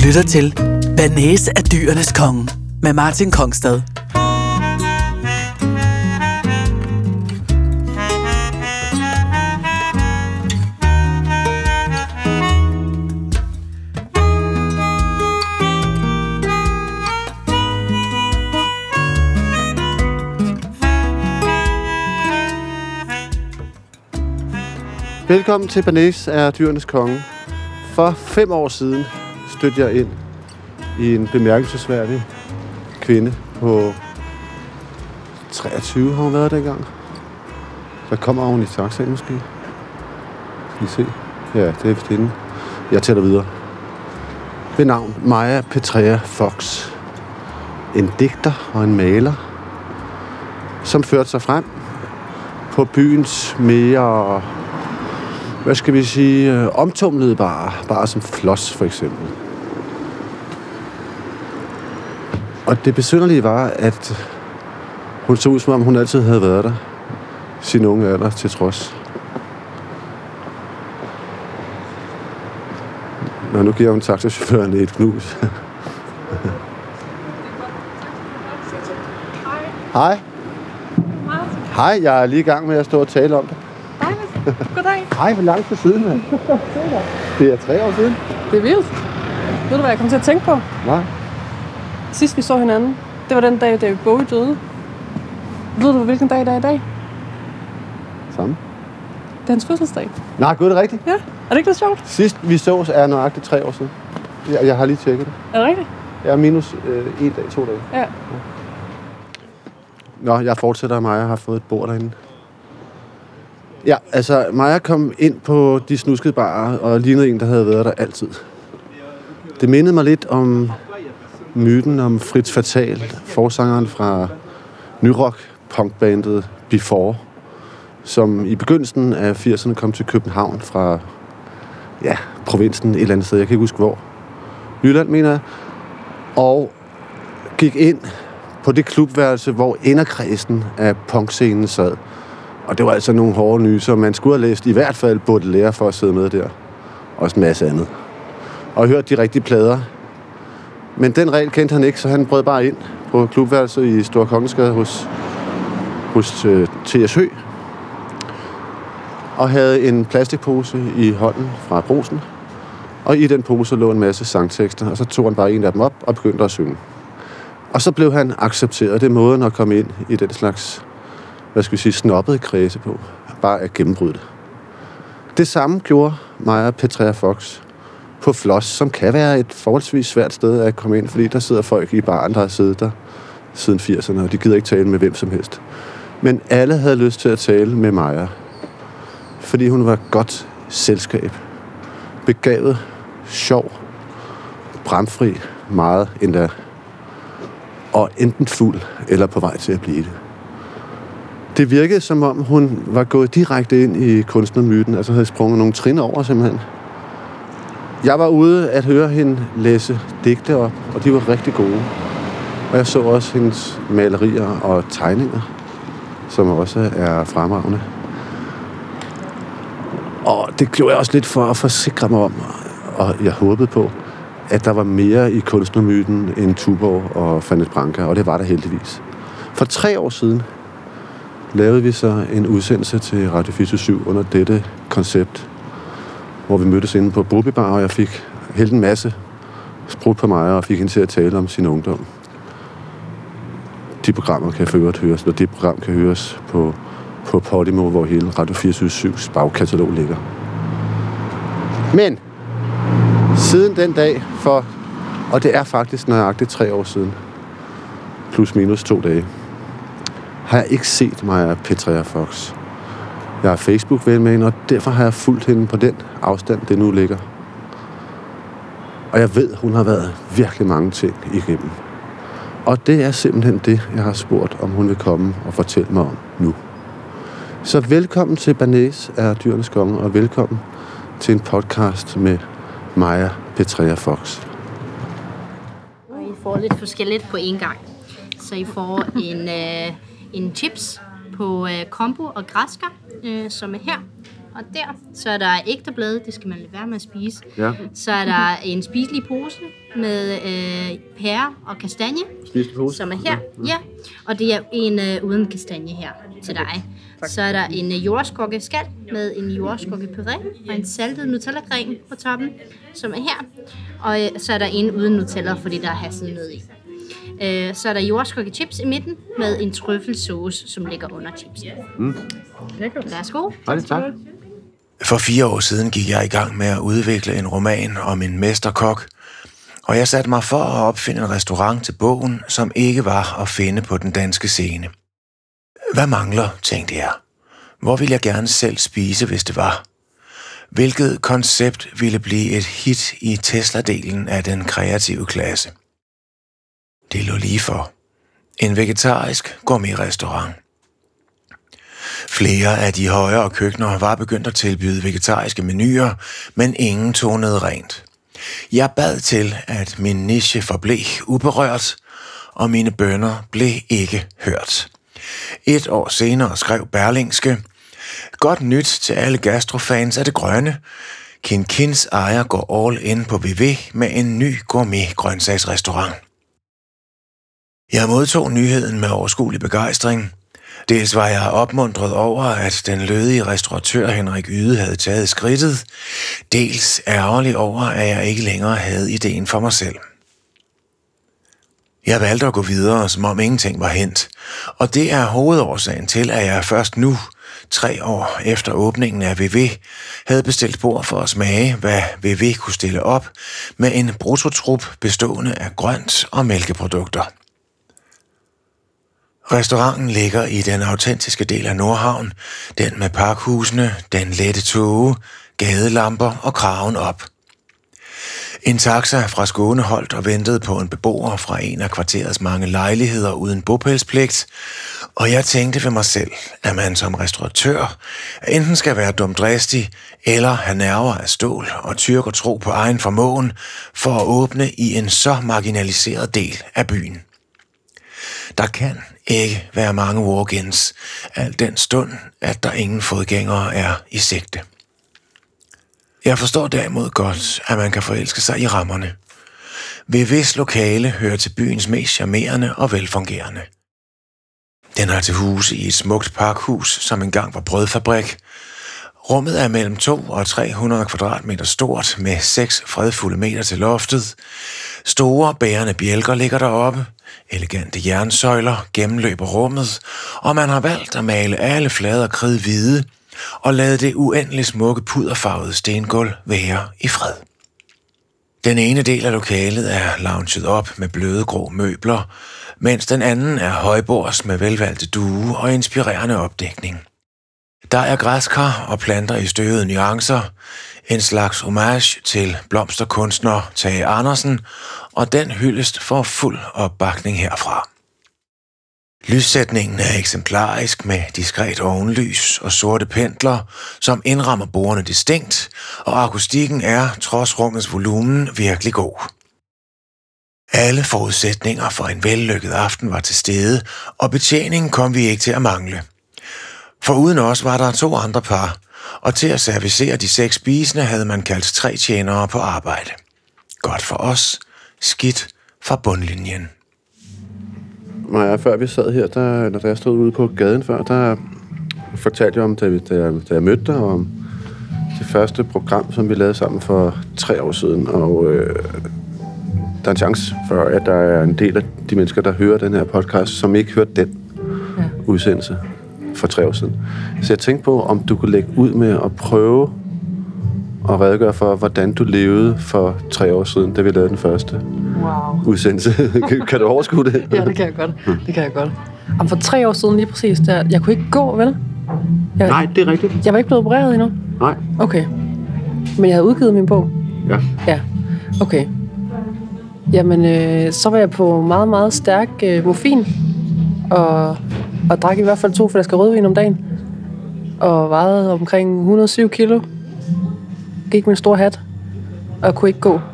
lytter til Banæs er dyrenes konge med Martin Kongstad. Velkommen til Banæs er dyrenes konge. For 5 år siden stødte jeg ind i en bemærkelsesværdig kvinde på 23, har hun været dengang. Så kommer hun i taxaen måske. Skal I se? Ja, det er vist hende. Jeg tæller videre. Ved navn Maja Petrea Fox. En digter og en maler, som førte sig frem på byens mere, hvad skal vi sige, omtumlede bare som Floss for eksempel. Og det besynderlige var, at hun så ud, som om hun altid havde været der, sin unge alder til trods. Nå, nu giver hun taxachaufføren et knus. Hej. Hej, jeg er lige i gang med at stå og tale om det. Goddag. Hej, hvor langt på siden, mand. Det er 3 år siden. Det er vildt. Ved du, hvad jeg kom til at tænke på? Nej. Sidst vi så hinanden, det var den dag, David Bowie døde. Ved du, hvilken dag det er i dag? Samme. Det er hans fødselsdag. Nej, gud, det er rigtigt. Ja, er det ikke lidt sjovt? Sidst vi sås er nøjagtigt 3 år siden. Jeg har lige tjekket det. Er det rigtigt? Jeg er minus 1 dag, 2 dage. Ja. Nå, jeg fortsætter, at Maja har fået et bord derinde. Ja, altså, Maja kom ind på de snuskede barer og lignede en, der havde været der altid. Det mindede mig lidt om myten om Fritz Fatal, forsangeren fra nyrock-punkbandet Before, som i begyndelsen af 80'erne kom til København fra, ja, provinsen et eller andet sted. Jeg kan ikke huske hvor. Jylland, mener jeg. Og gik ind på det klubværelse, hvor inderkredsen af punkscenen sad. Og det var altså nogle hårde nyser. Man skulle have læst i hvert fald Baudelaire for at sidde med der. Og en masse andet. Og hørt de rigtige plader. Men den regel kendte han ikke, så han brød bare ind på klubværelset i Store Kongensgade hos T.S. Høgh. Og havde en plastikpose i hånden fra Brugsen. Og i den pose lå en masse sangtekster. Og så tog han bare en af dem op og begyndte at synge. Og så blev han accepteret. Det er måden at komme ind i den slags, hvad skal vi sige, snobbede kredse på. Bare at gennembryde det. Det samme gjorde Maja Petrea Fox på Floss, som kan være et forholdsvis svært sted at komme ind, fordi der sidder folk i baren, der har siddet der siden 80'erne, og de gider ikke tale med hvem som helst. Men alle havde lyst til at tale med Maja, fordi hun var godt selskab. Begavet, sjov, bramfri, meget endda, og enten fuld eller på vej til at blive det. Det virkede, som om hun var gået direkte ind i kunstnermyten, altså havde sprunget nogle trin over simpelthen. Jeg var ude at høre hende læse digte op, og de var rigtig gode. Og jeg så også hendes malerier og tegninger, som også er fremragende. Og det gjorde jeg også lidt for at forsikre mig om, og jeg håbede på, at der var mere i kunstnermyten end Tuborg og Fanny Branca, og det var der heldigvis. For 3 år siden lavede vi så en udsendelse til Radio 24/7 under dette koncept, hvor vi mødtes inde på Bobibar, og jeg fik helt en masse sprudt på mig og fik hende til at tale om sin ungdom. De programmer kan for øvrigt høres, og det program kan høres på Podimo, hvor hele Radio 24/7's bagkatalog ligger. Men siden den dag, og det er faktisk nøjagtigt 3 år siden, plus minus 2 dage, har jeg ikke set Maja Petrea Fox. Jeg er Facebook-ven med hende, og derfor har jeg fulgt hende på den afstand, det nu ligger. Og jeg ved, hun har været virkelig mange ting igennem. Og det er simpelthen det, jeg har spurgt, om hun vil komme og fortælle mig om nu. Så velkommen til Banæs er dyrenes konge, og velkommen til en podcast med Maja Petrea Fox. Og I får lidt forskelligt på én gang. Så I får en chips på kombu og græsker, som er her. og der. Så er der ægteblade, det skal man lade være med at spise. Ja. Så er der en spiselig pose med pære og kastanje, Spiselig pose? som er her. Ja, og det er en uden kastanje her til dig. Så er der en jordskokkeskal med en jordskokkepuré og en saltet Nutella-creme på toppen, som er her. Og så er der en uden Nutella, fordi der er hasselnød i. Så er der jordskokkechips i midten med en trøffelsauce, som ligger under chipsen. Værsgo. Hej, tak. For 4 år siden gik jeg i gang med at udvikle en roman om en mesterkok, og jeg satte mig for at opfinde en restaurant til bogen, som ikke var at finde på den danske scene. Hvad mangler, tænkte jeg. Hvor ville jeg gerne selv spise, hvis det var? Hvilket koncept ville blive et hit i Tesla-delen af den kreative klasse? Det lå lige for. En vegetarisk gourmet-restaurant. Flere af de højere køkkener var begyndt at tilbyde vegetariske menuer, men ingen tonede rent. Jeg bad til, at min niche forblev uberørt, og mine bønner blev ikke hørt. 1 år senere skrev Berlingske: "Godt nyt til alle gastrofans af det grønne. Kins ejer går all in på VV med en ny gourmet-grøntsagsrestaurant." Jeg modtog nyheden med overskuelig begejstring. Dels var jeg opmuntret over, at den lødige restauratør Henrik Yde havde taget skridtet, dels ærgerlig over, at jeg ikke længere havde ideen for mig selv. Jeg valgte at gå videre, som om ingenting var hent, og det er hovedårsagen til, at jeg først nu, 3 år efter åbningen af VV, havde bestilt bord for at smage, hvad VV kunne stille op med en bruttotrup bestående af grønt og mælkeprodukter. Restauranten ligger i den autentiske del af Nordhavn, den med parkhusene, den lette tåge, gadelamper og kraven op. En taxa fra Skåne holdt og ventede på en beboer fra en af kvarterets mange lejligheder uden bopælspligt, og jeg tænkte ved mig selv, at man som restauratør enten skal være dumdristig eller have nerver af stål og tyrk og tro på egen formåen for at åbne i en så marginaliseret del af byen. Der kan ikke være mange walk-ins, al den stund, at der ingen fodgængere er i sigte. Jeg forstår derimod godt, at man kan forelske sig i rammerne. VV's lokale hører til byens mest charmerende og velfungerende. Den har til huse i et smukt parkhus, som engang var brødfabrik. Rummet er mellem 200 og 300 kvadratmeter stort med 6 fredfulde meter til loftet. Store bærende bjælker ligger deroppe. Elegante jernsøjler gennemløber rummet, og man har valgt at male alle flader kridhvide og lade det uendelig smukke puderfarvede stengulv være i fred. Den ene del af lokalet er lounget op med bløde grå møbler, mens den anden er højbords med velvalgte duge og inspirerende opdækning. Der er græskar og planter i støvede nuancer, en slags homage til blomsterkunstner Tage Andersen, og den hyldest får fuld opbakning herfra. Lyssætningen er eksemplarisk med diskret ovenlys og sorte pendler, som indrammer bordene distinkt, og akustikken er, trods rummets volumen, virkelig god. Alle forudsætninger for en vellykket aften var til stede, og betjeningen kom vi ikke til at mangle. For uden os var der 2 andre par, og til at servicere de 6 spisende havde man kaldt 3 tjenere på arbejde. Godt for os, skidt for bundlinjen. Maja, før vi sad her, da jeg stod ude på gaden før, der fortalte jeg om, da jeg mødte dig, om det første program, som vi lavede sammen for 3 år siden. Og der er en chance for, at der er en del af de mennesker, der hører den her podcast, som ikke hørte den udsendelse for 3 år siden. Så jeg tænkte på, om du kunne lægge ud med at prøve at redegøre for, hvordan du levede for 3 år siden, da vi lavede den første udsendelse. Kan du overskue det? Ja, det kan jeg godt. Det kan jeg godt. Om for 3 år siden lige præcis, jeg kunne ikke gå, vel? Nej, det er rigtigt. Jeg var ikke blevet opereret endnu? Nej. Okay. Men jeg havde udgivet min bog? Ja. Ja, okay. Jamen, så var jeg på meget, meget stærk morfin, og drak i hvert fald 2 flasker rødvin om dagen, og vejede omkring 107 kilo. Gik med en stor hat, og kunne ikke gå.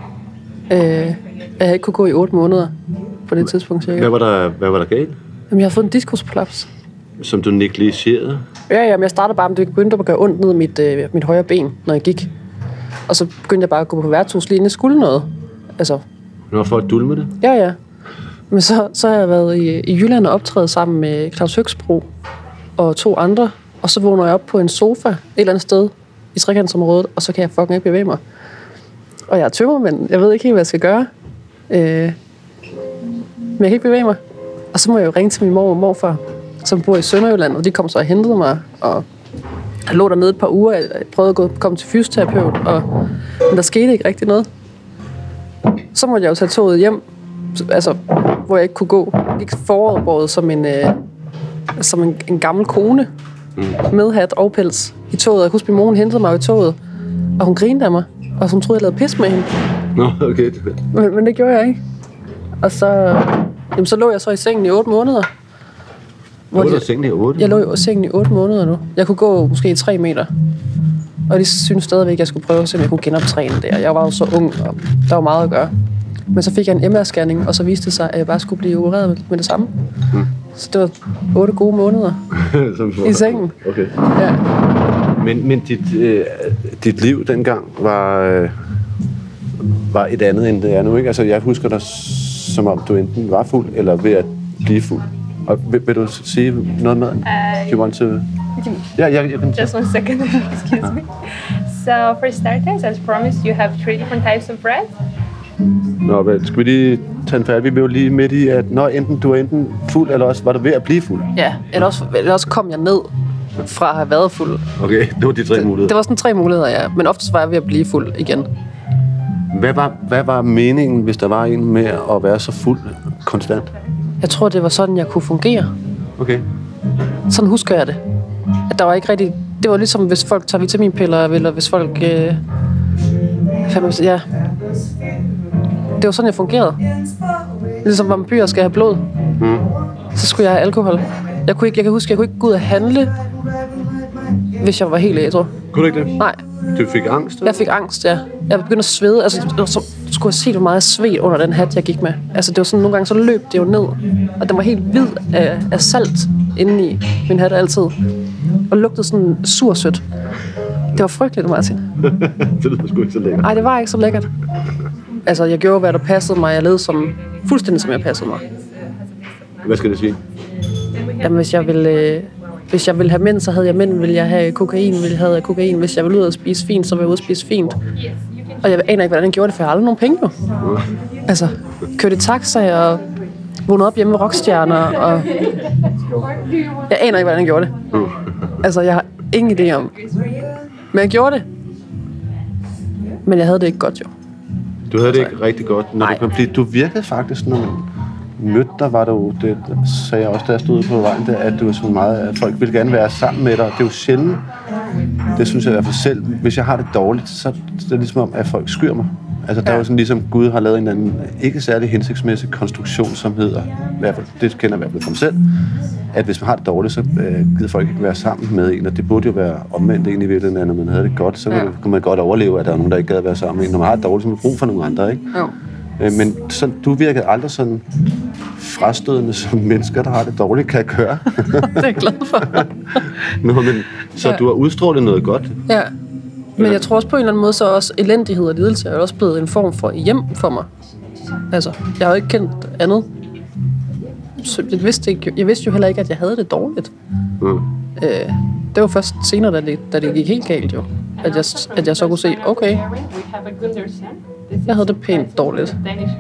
Jeg havde ikke kunne gå i 8 måneder på det tidspunkt, cirka. Hvad var der galt? Jamen, jeg har fået en diskusprolaps. Som du negligerede? Ja, men jeg startede bare, det begyndte at gøre ondt ned i mit højre ben, når jeg gik. Og så begyndte jeg bare at gå på værtshus lige inden jeg skulle noget. Altså. Når folk dulme med det? Ja. Men så har jeg været i Jylland og optrædet sammen med Claus Høgsbro og 2 andre. Og så vågner jeg op på en sofa et eller andet sted i trekantsområdet, og så kan jeg fucking ikke bevæge mig. Og jeg er tømmermand. Jeg ved ikke helt, hvad jeg skal gøre. Men jeg kan ikke bevæge mig. Og så må jeg jo ringe til min mor og morfar, som bor i Sønderjylland, og de kom så og hentede mig, og jeg lå dernede et par uger. Jeg prøvede at komme til fysioterapeut, men der skete ikke rigtig noget. Så måtte jeg jo tage toget hjem, altså, hvor jeg ikke kunne gå. Jeg gik foroverbåret som en gammel kone med hat og pels i toget. Jeg husker, min mor hentede mig i toget, og hun grinede af mig, og hun troede, jeg lavede pis med hende. Nå, okay. Men det gjorde jeg ikke. Og så lå jeg så i sengen i 8 måneder. Lå du i sengen i 8? Jeg lå i sengen i 8 måneder nu. Jeg kunne gå måske 3 meter. Og de synes stadigvæk, at jeg skulle prøve at se, om jeg kunne genoptræne der. Jeg var jo så ung, og der var meget at gøre. Men så fik jeg en MR-scanning, og så viste det sig, at jeg bare skulle blive opereret med det samme. Så det var 8 gode måneder i sengen. Okay. Ja. Men dit liv dengang var et andet, end det er nu, ikke? Altså, jeg husker dig, som om du enten var fuld, eller ved at blive fuld. Og vil du sige noget med? You want to... Yeah, you can... Just 1 second, excuse me. So for starters, as promised, you have 3 different types of bread. Nå, men skal vi lige tage en færdig? Vi blev lige midt i, at du var enten fuld, eller også var du ved at blive fuld. Ja, eller også kom jeg ned fra at have været fuld. Okay, det var de 3 muligheder. Det var sådan 3 muligheder, ja. Men oftest var jeg ved at blive fuld igen. Hvad var meningen, hvis der var en med at være så fuld konstant? Jeg tror, det var sådan, jeg kunne fungere. Okay. Sådan husker jeg det. At der var ikke rigtig... Det var ligesom, hvis folk tager vitaminpiller, eller hvis folk... Ja. Det var sådan, jeg fungerede. Ligesom vampyrer skal have blod. Så skulle jeg have alkohol. Jeg kan huske, jeg kunne ikke gå ud og handle, hvis jeg var helt ædru. Kunne du ikke det? Nej. Du fik angst? Jeg fik angst, ja. Jeg begyndte at svede. Altså, så skulle jeg se, hvor meget jeg sved under den hat, jeg gik med. Altså, det var sådan, nogle gange så løb det jo ned. Og den var helt hvid af salt inde i min hat altid. Og lugtede sådan sursødt. Det var frygteligt, Martin. Det lyder sgu ikke så lækkert. Nej, det var ikke så lækkert. Altså, jeg gjorde, hvad der passede mig. Jeg levede fuldstændig, som jeg passede mig. Hvad skal det sige? Jamen, hvis jeg ville have mænd, så havde jeg mænd. Ville jeg have kokain, havde jeg kokain. Hvis jeg ville ud og spise fint, så ville jeg ud og spise fint. Og jeg aner ikke, hvordan jeg gjorde det, for jeg har aldrig nogen penge, jo. Altså, kørte i taxa og vågnede op hjemme med rockstjerner, og jeg aner ikke, hvordan jeg gjorde det. Altså, jeg har ingen idé om. Men jeg gjorde det. Men jeg havde det ikke godt, jo. Du havde det ikke rigtig godt, når du virkede faktisk, når man mødte dig, var du, det sagde jeg også, da jeg stod på vejen der, at du var så meget, at folk ville gerne være sammen med dig. Det er jo sjældent, det synes jeg i hvert fald selv, hvis jeg har det dårligt, så er det ligesom om, at folk skyr mig. Altså der er jo sådan ligesom, Gud har lavet en anden, ikke særlig hensigtsmæssig konstruktion, som hedder, i hvert fald, det kender jeg i hvert fald fra mig selv, at hvis man har det dårligt, så gider folk ikke være sammen med en, og det burde jo være omvendt egentlig i virkeligheden, at når man havde det godt, så kunne man godt overleve, at der er nogen, der ikke gad at være sammen med en. Når man har det dårligt, så har man brug for nogle andre, ikke? Jo. Men så, du virkede aldrig sådan frastødende, som mennesker, der har det dårligt, kan gøre. Det er jeg glad for. Så du har udstrålet noget godt. Ja, men jeg tror også på en eller anden måde, så også elendighed og lidelse er også blevet en form for hjem for mig. Altså, jeg har jo ikke kendt andet. Så jeg vidste jo heller ikke, at jeg havde det dårligt. Det var først senere, da det gik helt galt jo. At jeg så kunne se, okay, jeg havde det pænt dårligt.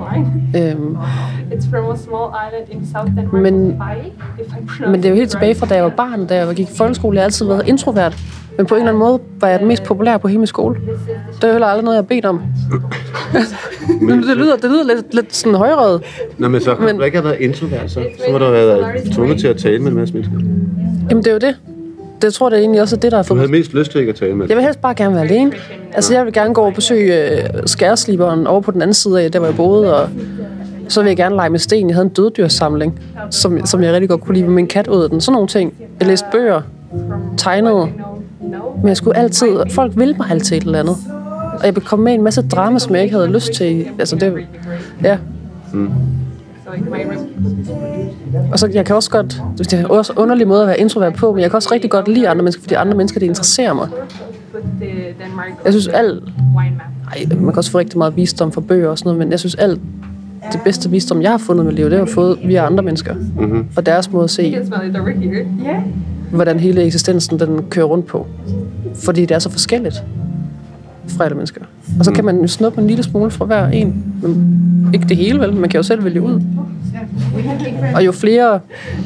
Men det er jo helt tilbage fra, da jeg var barn, da jeg gik i folkeskole. Jeg har altid været introvert. Men på en eller anden måde var jeg den mest populære på hele min skole. Det er heller aldrig noget, jeg har bedt om. Men det lyder lidt sådan højrøget. Nå, men så kunne du ikke have været introvert, så må du have været tvunget til at tale med en masse mennesker. Jamen, det er jo det. Det tror jeg egentlig også er det, der er for. Du havde mest lyst til ikke at tale med. Jeg vil helst bare gerne være alene. Altså, jeg vil gerne gå og besøge skærsliberen over på den anden side af, der hvor jeg boede, og så vil jeg gerne lege med sten. Jeg havde en døddyrsamling, som jeg rigtig godt kunne lide, med min kat ud af den. Sådan nogle ting. Jeg læste bøger, tegnede, men jeg skulle altid, folk ville mig altid et eller andet. Og jeg kom med en masse drama, som jeg ikke havde lyst til. Altså, det, ja. So like my room. Og så jeg kan også godt, det er også en underlig måde at være introvert på, men jeg kan også rigtig godt lide andre mennesker, fordi andre mennesker, det interesserer mig. Put the Denmark. Jeg synes alt, Wine map. man kan også få rigtig meget visdom fra bøger og sådan noget, men jeg synes alt, det bedste visdom, jeg har fundet i mit liv, det har jeg fået via andre mennesker. Mm-hmm. Og deres måde at se, You can smell it over here. Yeah. hvordan hele eksistensen den kører rundt på. Fordi det er så forskelligt fra alle mennesker. Og så kan man jo snuppe en lille smule fra hver en. Men ikke det hele, vel? Man kan jo selv vælge ud. Og jo flere...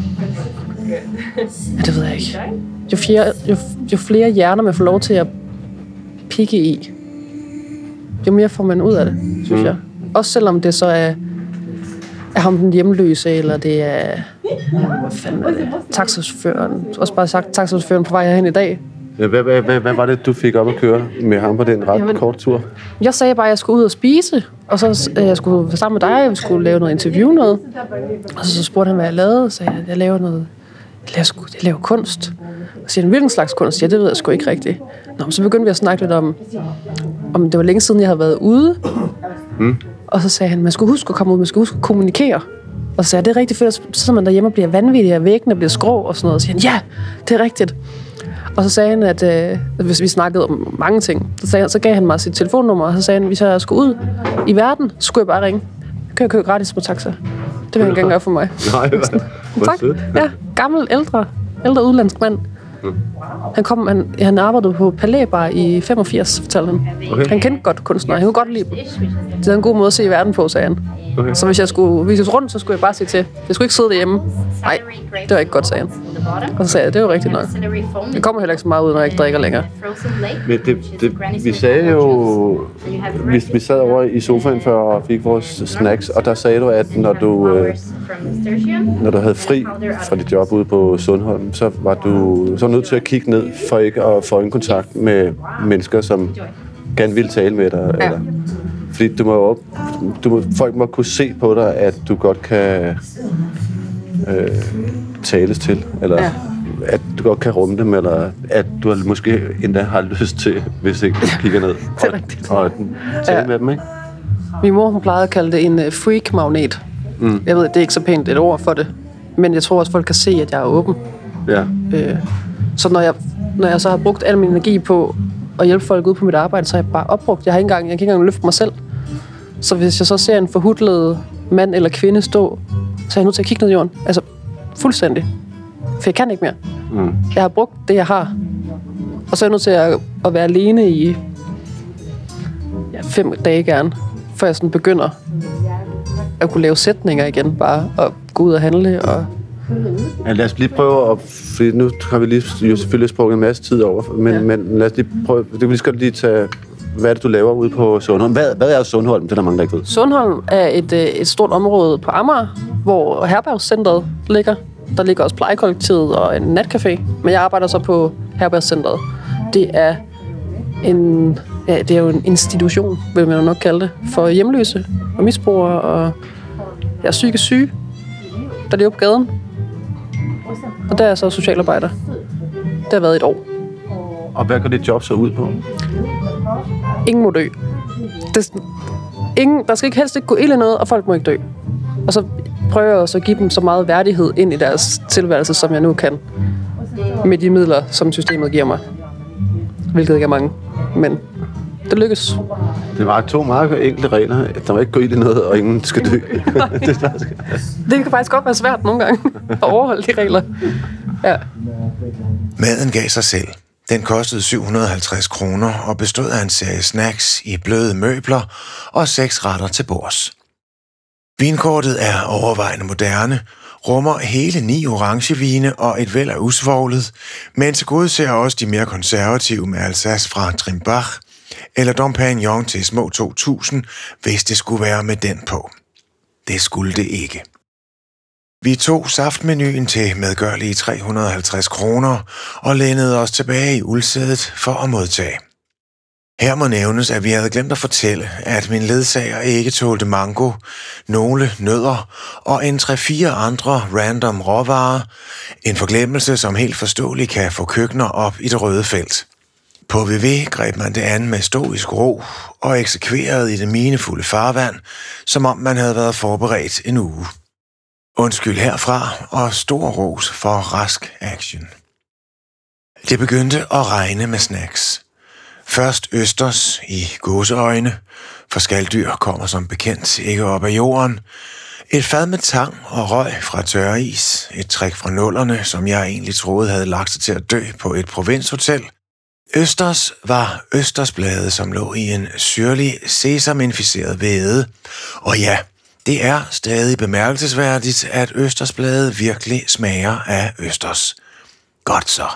Ja, det ved jeg ikke. Jo flere hjerner man får lov til at pikke i, jo mere får man ud af det, synes jeg. Også selvom det så er ham den hjemløse, eller det er... Hvad fanden er det? Taxachaufføren. Også bare sagt taxachaufføren på vej herhen i dag. Ja, hvad var det, du fik op at køre med ham på den ret kort tur? Jeg sagde bare, at jeg skulle ud og spise, og så jeg skulle være sammen med dig, jeg skulle lave noget interview noget. Og så spurgte han, hvad jeg lavede, så jeg laver noget... Jeg laver kunst. Og siger han, hvilken slags kunst? Ja, det ved jeg sgu ikke rigtigt. Nå, så begyndte vi at snakke lidt om det var længe siden, jeg havde været ude. Og så sagde han, man skulle huske at komme ud, man skulle huske at kommunikere. Og så sagde jeg, det er rigtig fedt, så sidder man derhjemme og bliver vanvittig, og væggene bliver skrå og sådan noget. Og så siger han, ja, det er rigtigt. Og så sagde han, at hvis vi snakkede om mange ting, så gav han mig sit telefonnummer, og så sagde han, hvis jeg skulle ud i verden, så skulle jeg bare ringe. Jeg kan køre gratis på taxa. Det vil han gerne gøre for mig. Nej, tak. Ja, gammel, ældre udlandsk mand. Han arbejdede på Palæbar i 85, fortalte han. Okay. Han kendte godt kunstnere, han kunne godt lide dem. Det er en god måde at se verden på, sagde han. Okay. Så hvis jeg skulle vises rundt, så skulle jeg bare sige til. Jeg skulle ikke sidde derhjemme. Nej, det var ikke godt, sagde han. Og så sagde jeg, det var rigtigt nok. Det kommer heller ikke så meget ud, når jeg ikke drikker længere. Men vi sagde jo, vi sad over i sofaen før og fik vores snacks, og der sagde du, at når du havde fri fra dit job ude på Sundholm, så var du nødt til at kigge ned for ikke at få en kontakt med mennesker, som gerne ville tale med dig. Ja. Eller, fordi folk må kunne se på dig, at du godt kan tales til, eller at du godt kan rumme dem, eller at du måske endda har lyst til, hvis ikke du kigger ned og tale med dem, ikke? Min mor, hun plejede at kalde det en freak-magnet. Jeg ved, det er ikke så pænt et ord for det, men jeg tror også, folk kan se, at jeg er åben. Ja. Så når jeg så har brugt al min energi på at hjælpe folk ud på mit arbejde, så er jeg bare opbrugt. Jeg kan ikke engang løfte mig selv. Så hvis jeg så ser en forhudlet mand eller kvinde stå, så er jeg nødt til at kigge ned i jorden. Altså, fuldstændig. For jeg kan ikke mere. Jeg har brugt det, jeg har. Og så er jeg nødt til at være alene i 5 dage gerne, før jeg sådan begynder at kunne lave sætninger igen, bare og gå ud og handle. Og ja, lad os lige prøve at... Fordi nu har vi selvfølgelig sprunget en masse tid over, men lad os lige prøve... Det kan vi lige tage... Hvad er det, du laver ude på Sundholm? Hvad er Sundholm? Det er der mange, der ikke ved. Sundholm er et stort område på Amager, hvor Herbergscentret ligger. Der ligger også plejekollektivet og en natcafé. Men jeg arbejder så på Herbergscentret. Det er jo en institution, vil man jo nok kalde det, for hjemløse og misbrugere og psykisk syge, der lever på gaden. Og der er jeg så socialarbejder. Det har været 1 år. Og hvad går dit job så ud på? Ingen må dø. Der skal helst ikke gå ild i noget, og folk må ikke dø. Og så prøver jeg også at give dem så meget værdighed ind i deres tilværelse, som jeg nu kan. Med de midler, som systemet giver mig. Hvilket ikke er mange. Men det lykkes. Det var 2 meget enkle regler. Der må ikke gå ild i noget, og ingen skal dø. Det kan faktisk godt være svært nogle gange at overholde de regler. Ja. Maden gav sig selv. Den kostede 750 kroner og bestod af en serie snacks i bløde møbler og 6 retter til bords. Vinkortet er overvejende moderne, rummer hele 9 orangevine og et væld af usvoglet, men tilgodeser også de mere konservative med Alsace fra Trimbach eller Dom Pérignon til små 2000, hvis det skulle være med den på. Det skulle det ikke. Vi tog saftmenuen til medgørlige 350 kroner og lænede os tilbage i uldsædet for at modtage. Her må nævnes, at vi havde glemt at fortælle, at min ledsager ikke tålte mango, nogle nødder og en 3-4 andre random råvarer. En forglemmelse, som helt forståeligt kan få køkkener op i det røde felt. På VV greb man det an med stoisk ro og eksekverede i det minefulde farvand, som om man havde været forberedt en uge. Undskyld herfra, og stor ros for rask action. Det begyndte at regne med snacks. Først østers i gåseøjne, for skaldyr kommer som bekendt ikke op af jorden. Et fad med tang og røg fra tørreis, et trick fra nullerne, som jeg egentlig troede havde lagt sig til at dø på et provinshotel. Østers var østersblade, som lå i en syrlig sesaminficeret væde. Og ja, det er stadig bemærkelsesværdigt, at østersblade virkelig smager af østers. Godt så.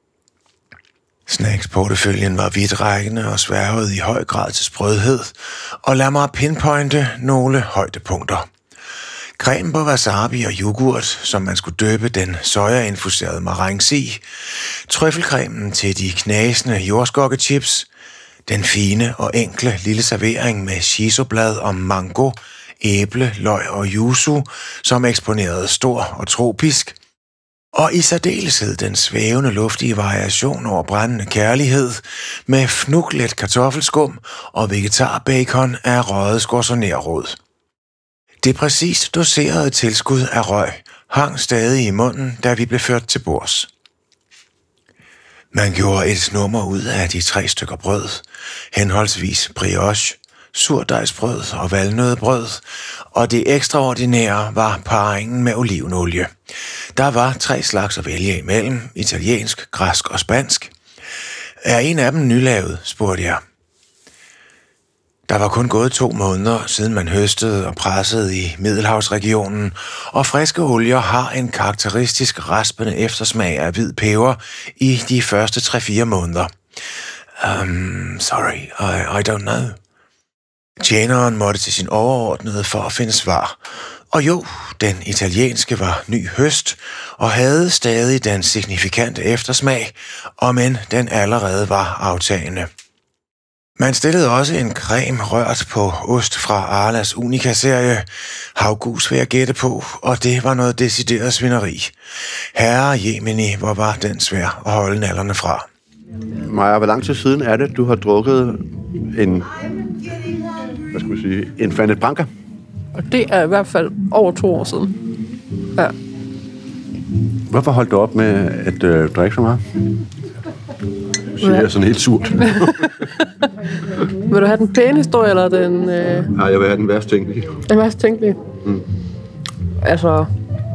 Snacksporteføljen var vidtrækkende og sværgede i høj grad til sprødhed, og lad mig pinpointe nogle højdepunkter. Creme på wasabi og yoghurt, som man skulle døbe den sojainfuserede marengs i, trøffelcremen til de knasende jordskokkechips, den fine og enkle lille servering med shisoblad og mango, æble, løg og yuzu, som eksponerede stor og tropisk, og i særdeleshed den svævende luftige variation over brændende kærlighed med fnuglet kartoffelskum og vegetarbacon af røget skorzonerrod. Det præcist doserede tilskud af røg hang stadig i munden, da vi blev ført til bords. Man gjorde et nummer ud af de 3 stykker brød, henholdsvis brioche, surdejsbrød og valnøddebrød, og det ekstraordinære var parringen med olivenolie. Der var 3 slags at vælge imellem, italiensk, græsk og spansk. Er en af dem nylavet, spurgte jeg. Der var kun gået 2 måneder, siden man høstede og pressede i Middelhavsregionen, og friske olier har en karakteristisk raspende eftersmag af hvid peber i de første 3-4 måneder. Sorry, I don't know. Tjeneren måtte til sin overordnede for at finde svar. Og jo, den italienske var ny høst, og havde stadig den signifikante eftersmag, omend den allerede var aftagende. Man stillede også en creme rørt på ost fra Arlas Unica-serie. Havgus vil jeg gætte på, og det var noget decideret svineri. Herre Jemini, hvor var den svær at holde nallerne fra. Maja, hvor lang tid siden er det, du har drukket en Fernet Branca? Og det er i hvert fald over 2 år siden. Ja. Hvorfor holdt du op med at drikke så meget? Det er sådan helt surt. Vil du have den pæne historie, eller den... Nej, jeg vil have den værst tænkelige. Den værst tænkelige? Altså...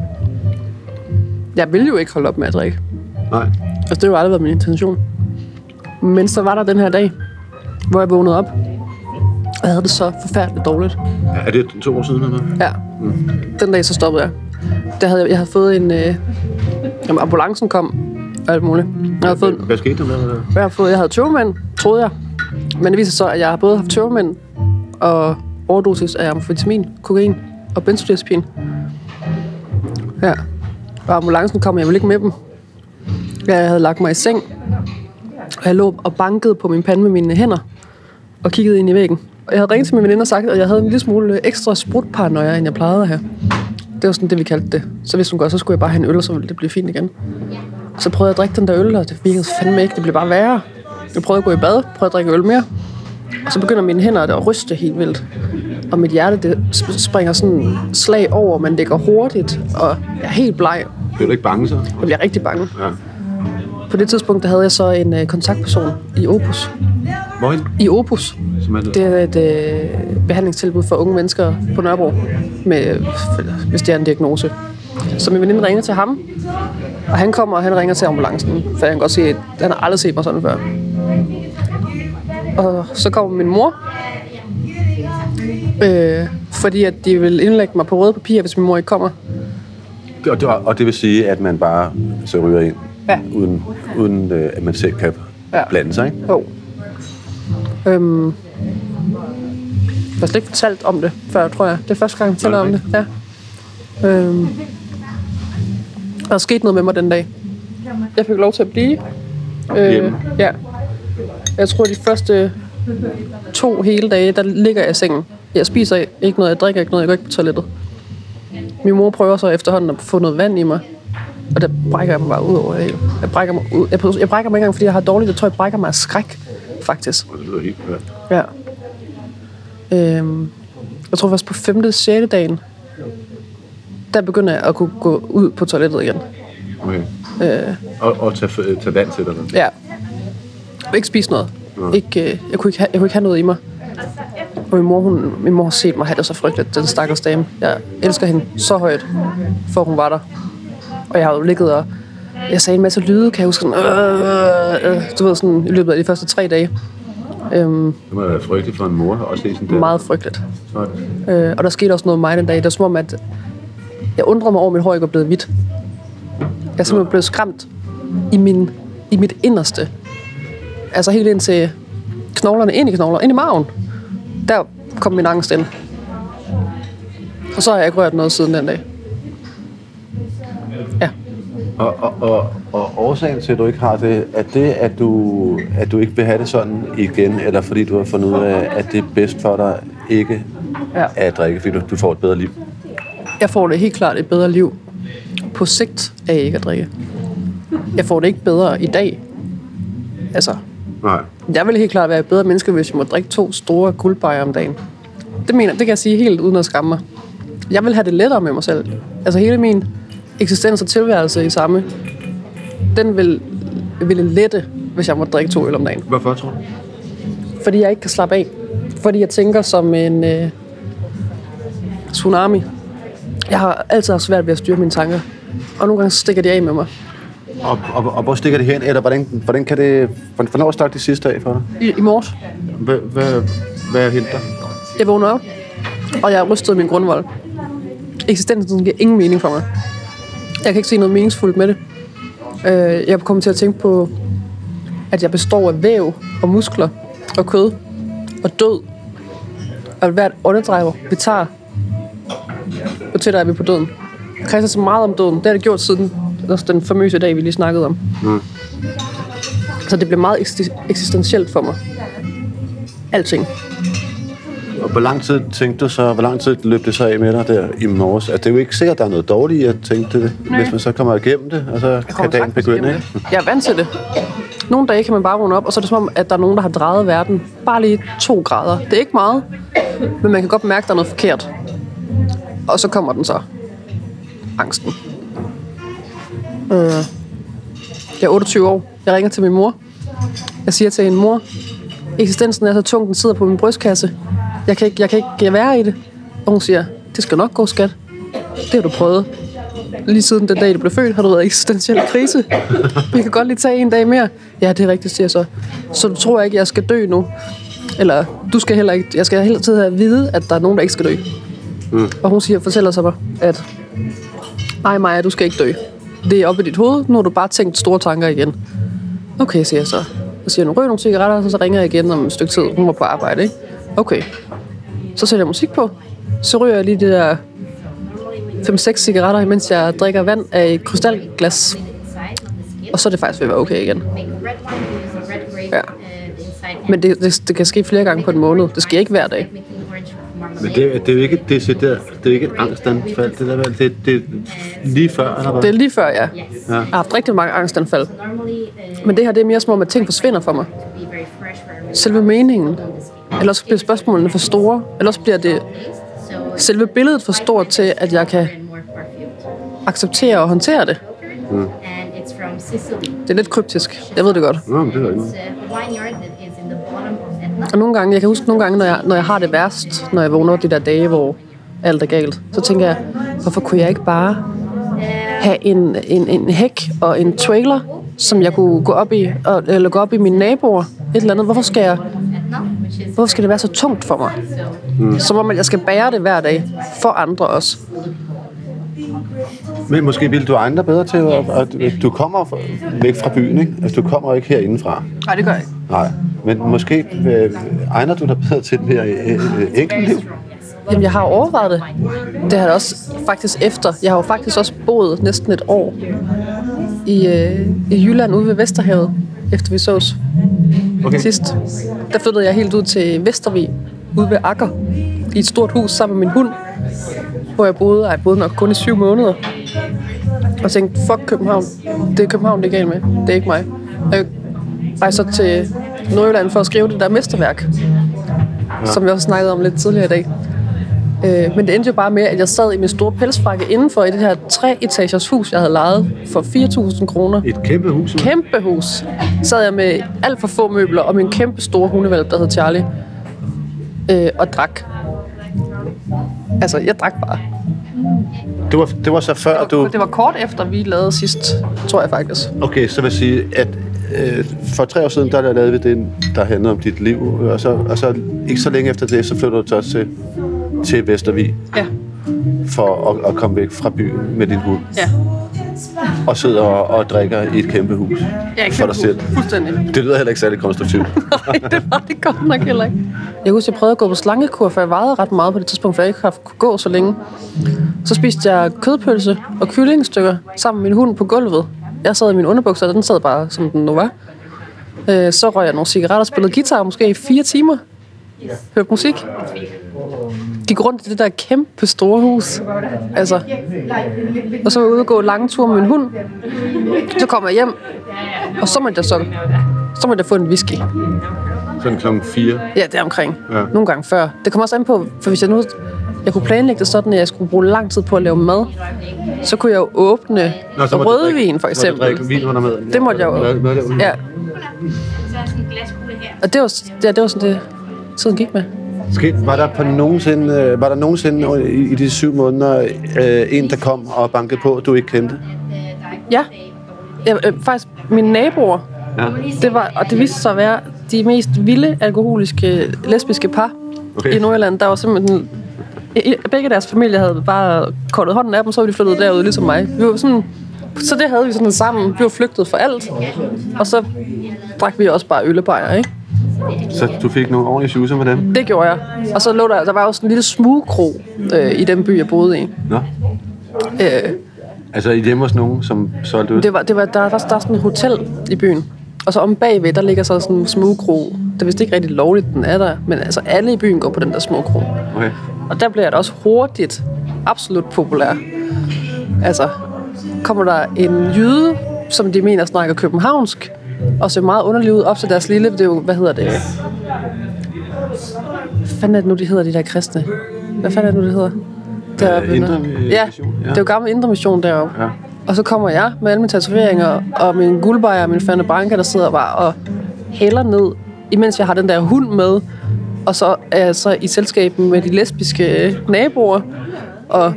Jeg ville jo ikke holde op med at drikke. Nej. Altså, det har jo aldrig været min intention. Men så var der den her dag, hvor jeg vågnede op, og jeg havde det så forfærdeligt dårligt. Ja, er det 2 år siden, eller? Ja. Den dag, så stoppede jeg. Jeg havde fået en... ambulancen kom, og alt muligt. Hvad skete der med det? Jeg havde tøvmænd, troede jeg. Men det viser så, at jeg har både haft tøvmænd og overdosis af amfetamin, kokain og benzodiazepin. Ja. Og ambulancen kom, jeg ville ikke med dem. Jeg havde lagt mig i seng, og jeg lå og bankede på min pande med mine hænder og kiggede ind i væggen. Og jeg havde ringet til min veninde og sagt, at jeg havde en lille smule ekstra sprutparanoia, end jeg plejede at have. Det var sådan det, vi kaldte det. Så hvis hun godt, så skulle jeg bare have en øl, og så ville det blive fint igen. Så prøvede jeg at drikke den der øl, og det virkede fandme ikke. Det blev bare værre. Jeg prøvede at gå i bad, prøvede at drikke øl mere. Og så begynder mine hænder at ryste helt vildt. Og mit hjerte, det springer sådan slag over, men det går hurtigt, og jeg er helt bleg. Blev du ikke bange så? Jeg bliver rigtig bange. Ja. På det tidspunkt, der havde jeg så en kontaktperson i Opus. Hvorhen? I Opus. Det er et behandlingstilbud for unge mennesker på Nørrebro, hvis det er en diagnose. Så min veninde ringer til ham, og han kommer, og han ringer til ambulancen, for jeg kan godt se, at han har aldrig set mig sådan før. Og så kommer min mor, fordi at de vil indlægge mig på røde papir, hvis min mor ikke kommer. Og det vil sige, at man bare så ryger ind, ja. uden at man selv kan blande sig, ikke? Jo. Jeg har slet ikke fortalt om det før, tror jeg. Det er første gang, jeg fortæller om det. Ja. Der er sket noget med mig den dag. Jeg fik lov til at blive. Ja. Jeg tror, de første 2 hele dage, der ligger jeg i sengen. Jeg spiser ikke noget, jeg drikker ikke noget, jeg går ikke på toilettet. Min mor prøver så efterhånden at få noget vand i mig, og der brækker jeg mig bare ud over det hele. Jeg brækker mig ikke engang, fordi jeg har dårligt. Jeg tror, jeg brækker mig af skræk, faktisk. Det lyder helt hørt. Ja. Jeg tror først på 5. 6. dagen, der begynder jeg at kunne gå ud på toilettet igen. Okay. Og tage vand til dig? Ja. Ikke spise noget. Ja. Ikke, jeg kunne ikke have noget i mig. Og min mor har set mig have det så frygteligt, den stakkels dame. Jeg elsker hende så højt, for hun var der. Og jeg har jo ligget og... Jeg sagde en masse lyde, kan jeg huske sådan... Du ved, sådan i løbet af de første 3 dage. Det må være frygteligt for en mor at se sådan der. Meget frygteligt. Sådan. Og der skete også noget med mig den dag. Det var som om, at jeg undrede mig over, at mit hår ikke var blevet hvidt. Jeg er simpelthen blevet skræmt i mit inderste. Altså helt ind til knoglerne, ind i maven. Der kom min angst ind. Og så har jeg ikke rørt noget siden den dag. Ja. Og årsagen til, at du ikke har det, er det, at du ikke vil have det sådan igen, eller fordi du har fundet ud af, at det er bedst for dig ikke at drikke, fordi du får et bedre liv? Jeg får det helt klart et bedre liv på sigt af ikke at drikke. Jeg får det ikke bedre i dag. Altså, Nej. jeg ville helt klart være et bedre menneske, hvis jeg må drikke 2 store guldbajer om dagen. Det kan jeg sige helt uden at skamme mig. Jeg vil have det lettere med mig selv. Altså hele min eksistens og tilværelse i samme, den ville lette, hvis jeg må drikke 2 øl om dagen. Hvorfor, tror du? Fordi jeg ikke kan slappe af. Fordi jeg tænker som en tsunami. Jeg har altid haft svært ved at styre mine tanker. Og nogle gange stikker de af med mig. Og hvor stikker det hen? Eller hvordan kan det... Hvornår stak det sidste af for dig? I morges. Hvad er helt der? Jeg vågner op, og jeg har rystet min grundvold. Eksistensen giver ingen mening for mig. Jeg kan ikke se noget meningsfuldt med det. Jeg kommer til at tænke på, at jeg består af væv og muskler og kød og død. Og hvert åndedræt, vi tager, hvor tættere er vi på døden. Jeg kredser så meget om døden. Det har det gjort siden den famøse dag, vi lige snakkede om. Mm. Så det blev meget eksistentielt for mig. Alting. Og hvor lang tid tænkte du så, hvor lang tid løb det så af med dig der i morges? Altså, det er jo ikke sikkert, at der er noget dårligt i at tænke det, hvis man så kommer igennem det, og så kan dagen begynde, ikke? Jeg er vant til det. Nogle dage kan man bare vågne op, og så er det som om, at der er nogen, der har drejet verden bare lige 2 grader. Det er ikke meget, men man kan godt mærke, at der er noget forkert. Og så kommer den så. Angsten. Jeg er 28 år. Jeg ringer til min mor. Jeg siger til hende, mor, eksistensen er så tung, den sidder på min brystkasse. Jeg kan ikke være i det. Og hun siger, det skal nok gå, skat. Det har du prøvet. Lige siden den dag, du blev født, har du været i eksistentiel krise. Vi kan godt lige tage 1 dag mere. Ja, det er rigtigt, siger jeg så. Så du tror ikke, jeg skal dø nu? Eller du skal heller ikke. Jeg skal hele tiden have at vide, at der er nogen, der ikke skal dø. Mm. Og hun fortæller så mig, at nej, Maja, du skal ikke dø. Det er oppe i dit hoved. Nu har du bare tænkt store tanker igen. Okay, siger jeg så. Så siger hun, ryg nogle cigaretter, så ringer jeg igen om et stykke tid. Hun var på arbejde, ikke? Okay. Så sætter jeg musik på. Så ryger jeg lige de der 5-6 cigaretter, mens jeg drikker vand af et krystalglas. Og så er det faktisk ved at være okay igen. Ja. Men det kan ske flere gange på en måned. Det sker ikke hver dag. Men det er jo ikke decideret. Det er ikke et angstanfald. Det er lige før, eller hvad? Det er lige før, ja. Jeg har haft rigtig mange angstanfald. Men det her, det er mere som om, at ting forsvinder for mig. Selve meningen. Eller også bliver spørgsmålene for store. Eller også bliver det selve billedet for stort til, at jeg kan acceptere og håndtere det. Mm. Det er lidt kryptisk. Jeg ved det godt. Nå, men det er ikke. Og nogle gange, jeg kan huske nogle gange, når jeg har det værst, når jeg vågner de der dage, hvor alt er galt, så tænker jeg, hvorfor kunne jeg ikke bare have en hæk og en trailer, som jeg kunne gå op i, eller gå op i mine naboer, et eller andet. Hvorfor skal det være så tungt for mig? Mm. Som om, at jeg skal bære det hver dag for andre også. Men måske vil du egne dig bedre til, at du kommer væk fra byen, ikke? Altså, du kommer ikke herindefra. Nej, det gør jeg ikke. Nej, men måske egner du dig bedre til et mere enkelt liv? Jamen, jeg har overvejet det. Det har jeg også faktisk efter. Jeg har jo faktisk også boet næsten et år i Jylland ude ved Vesterhavet, efter vi sås sidst. Der flyttede jeg helt ud til Vestervig, ude ved Akker, i et stort hus sammen med min hund, hvor jeg boede nok kun i 7 måneder. Og tænkte, fuck København. Det er København, det er galt med. Det er ikke mig. Jeg rejser til Nordjylland for at skrive det der mesterværk, som vi også snakkede om lidt tidligere i dag. Men det endte jo bare med, at jeg sad i min store pelsfrakke indenfor i det her 3-etagers hus, jeg havde lejet for 4.000 kroner. Et kæmpe hus? Kæmpe hus. Sad jeg med alt for få møbler og min kæmpe store hundevalp, der hed Charlie. Og drak. Altså, jeg drak bare. Det var så før du... Det var kort efter, vi lavede sidst, tror jeg faktisk. Okay, så vil jeg sige, at for 3 år siden, der lavede vi det, der handlede om dit liv. Og så ikke så længe efter det, så flyttede du så til Vestervig. Ja. For at komme væk fra byen med din hund. Ja. Og sidder og drikker i et kæmpe hus. Ja, for dig selv. Fuldstændig. Det lyder heller ikke særlig konstruktivt. Nej, det var det godt nok heller ikke. Jeg husker, jeg prøvede at gå på slangekur, for jeg vejede ret meget på det tidspunkt, for jeg ikke kunne gå så længe. Så spiste jeg kødpølse og kyllingstykker sammen med min hund på gulvet. Jeg sad i mine underbukser, og den sad bare, som den nu var. Så røg jeg nogle cigaretter og spillede guitar måske i 4 timer. Hørte musik. Gik rundt i det der kæmpe store hus. Altså. Og så var jeg ude og gå lange ture med min hund. Så kom jeg hjem, og så måtte jeg få en whisky. Sådan klokken 4? Ja, det er omkring. Ja. Nogle gange før. Det kommer også an på, for hvis jeg kunne planlægge det sådan, at jeg skulle bruge lang tid på at lave mad, så kunne jeg jo åbne rødvin, for eksempel. Drikke vin under maden? Det måtte jeg jo. Ja. Og det var sådan det, tiden gik med. Var der nogensinde i de 7 måneder en, der kom og bankede på, du ikke kendte? Ja. Faktisk mine naboer. Ja. Det viste sig at være de mest vilde, alkoholiske, lesbiske par i Nordjylland. Der var simpelthen... Begge deres familier havde bare kortet hånden af dem, så var de flyttet derud, ligesom mig. Vi var sådan... Så det havde vi sådan sammen. Vi var flygtet for alt. Og så drak vi også bare øllebajer, ikke? Så du fik nogle ordentlige shoeser med dem? Det gjorde jeg. Og så lå der var jo sådan en lille smugkro i den by, jeg boede i. Nå. Altså hjemme hos nogen, som solgte øl? Der er sådan et hotel i byen. Og så om bagved, der ligger så sådan en smugkro. Det er vist ikke rigtig lovligt, den er der. Men altså alle i byen går på den der smugkro. Okay. Og der bliver jeg da også hurtigt absolut populær. Altså, kommer der en jyde, som de mener snakker københavnsk, og ser meget underlig ud op til deres lille, det er jo, hvad hedder det? Hvad fanden er det nu, de hedder, de der kristne? Hvad fanden er det nu, de hedder? Indre Mission? Ja, det er jo gammel Indre Mission deroppe. Ja. Og så kommer jeg med alle mine tatoveringer, og min guldbejer og min Ferne Branca, der sidder bare og hælder ned, imens jeg har den der hund med, og så er jeg så i selskab med de lesbiske naboer, og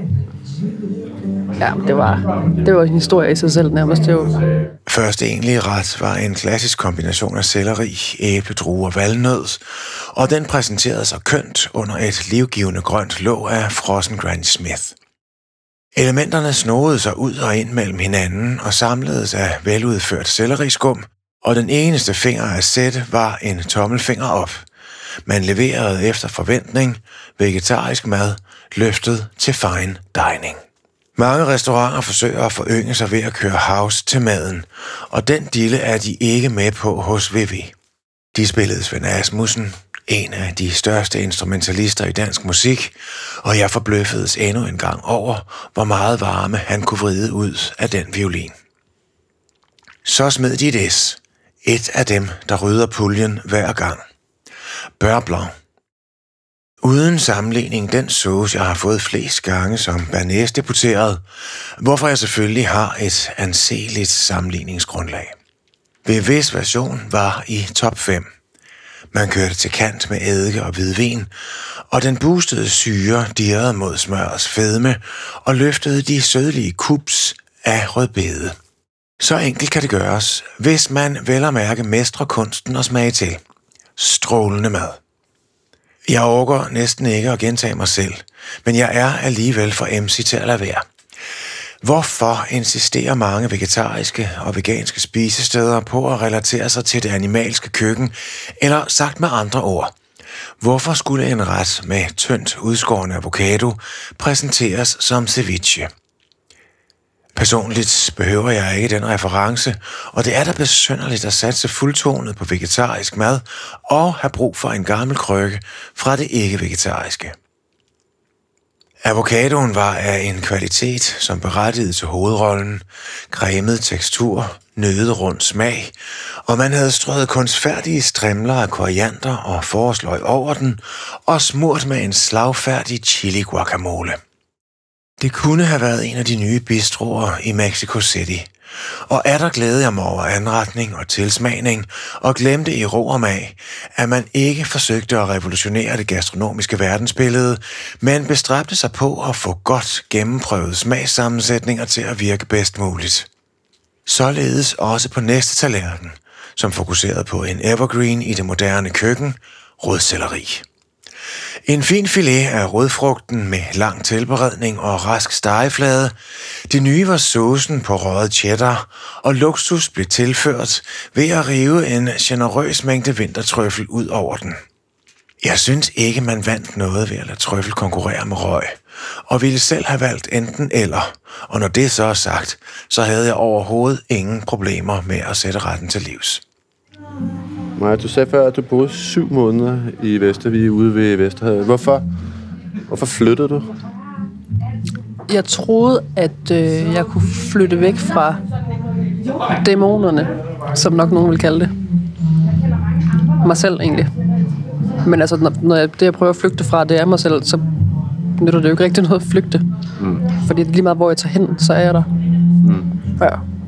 ja, det var en historie i sig selv nærmest. Det var. Første egentlige ret var en klassisk kombination af selleri, æble, druer og valnød, og den præsenterede sig kønt under et livgivende grønt låg af frossen Granny Smith. Elementerne snoede sig ud og ind mellem hinanden og samledes af veludført selleriskum, og den eneste finger at sætte var en tommelfinger op. Man leverede efter forventning vegetarisk mad, løftet til fine dining. Mange restauranter forsøger at forynge sig ved at køre house til maden, og den dille er de ikke med på hos Vivi. De spillede Svend Asmussen, en af de største instrumentalister i dansk musik, og jeg forbløffedes endnu en gang over, hvor meget varme han kunne vride ud af den violin. Så smed de et S. Et af dem, der rydder puljen hver gang. Beurre blanc. Uden sammenligning den sauce, jeg har fået flest gange som Bernays deputeret, hvorfor jeg selvfølgelig har et anseligt sammenligningsgrundlag. Vivis version var i top 5. Man kørte til kant med eddike og hvidvin, og den boostede syre dirrede mod smørets fedme og løftede de sødlige kups af rødbede. Så enkelt kan det gøres, hvis man vel at mærke mestrer kunsten og smage til. Strålende mad. Jeg overgår næsten ikke at gentage mig selv, men jeg er alligevel for MC til at lade være. Hvorfor insisterer mange vegetariske og veganske spisesteder på at relatere sig til det animalske køkken, eller sagt med andre ord? Hvorfor skulle en ret med tyndt udskårne avocado præsenteres som ceviche? Personligt behøver jeg ikke den reference, og det er da besynderligt at satse fuldtonet på vegetarisk mad og have brug for en gammel krykke fra det ikke-vegetariske. Avocadoen var af en kvalitet, som berettigede til hovedrollen, cremet tekstur, nødderund smag, og man havde strøget kunstfærdige strimler af koriander og forårsløg over den, og smurt med en slagfærdig chili guacamole. Det kunne have været en af de nye bistroer i Mexico City, og der glædede jeg mig over anretning og tilsmagning, og glemte i ro og mag, at man ikke forsøgte at revolutionere det gastronomiske verdensbillede, men bestræbte sig på at få godt gennemprøvede smagssammensætninger til at virke bedst muligt. Således også på næste tallerken, som fokuserede på en evergreen i det moderne køkken, rødselleri. En fin filet af rødfrugten med lang tilberedning og rask stegeflade. Det nye var saucen på røget cheddar, og luksus blev tilført ved at rive en generøs mængde vintertrøffel ud over den. Jeg synes ikke, man vandt noget ved at lade trøffel konkurrere med røg, og ville selv have valgt enten eller, og når det så er sagt, så havde jeg overhovedet ingen problemer med at sætte retten til livs. Maja, du sagde før, at du boede 7 måneder i Vestervig ude ved Vesterhavet. Hvorfor flyttede du? Jeg troede, at jeg kunne flytte væk fra dæmonerne, som nok nogen vil kalde det. Mig selv egentlig. Men altså, når det jeg prøver at flygte fra, det er mig selv, så nytter det jo ikke rigtig noget at flygte. Fordi lige meget, hvor jeg tager hen, så er jeg der. Ja.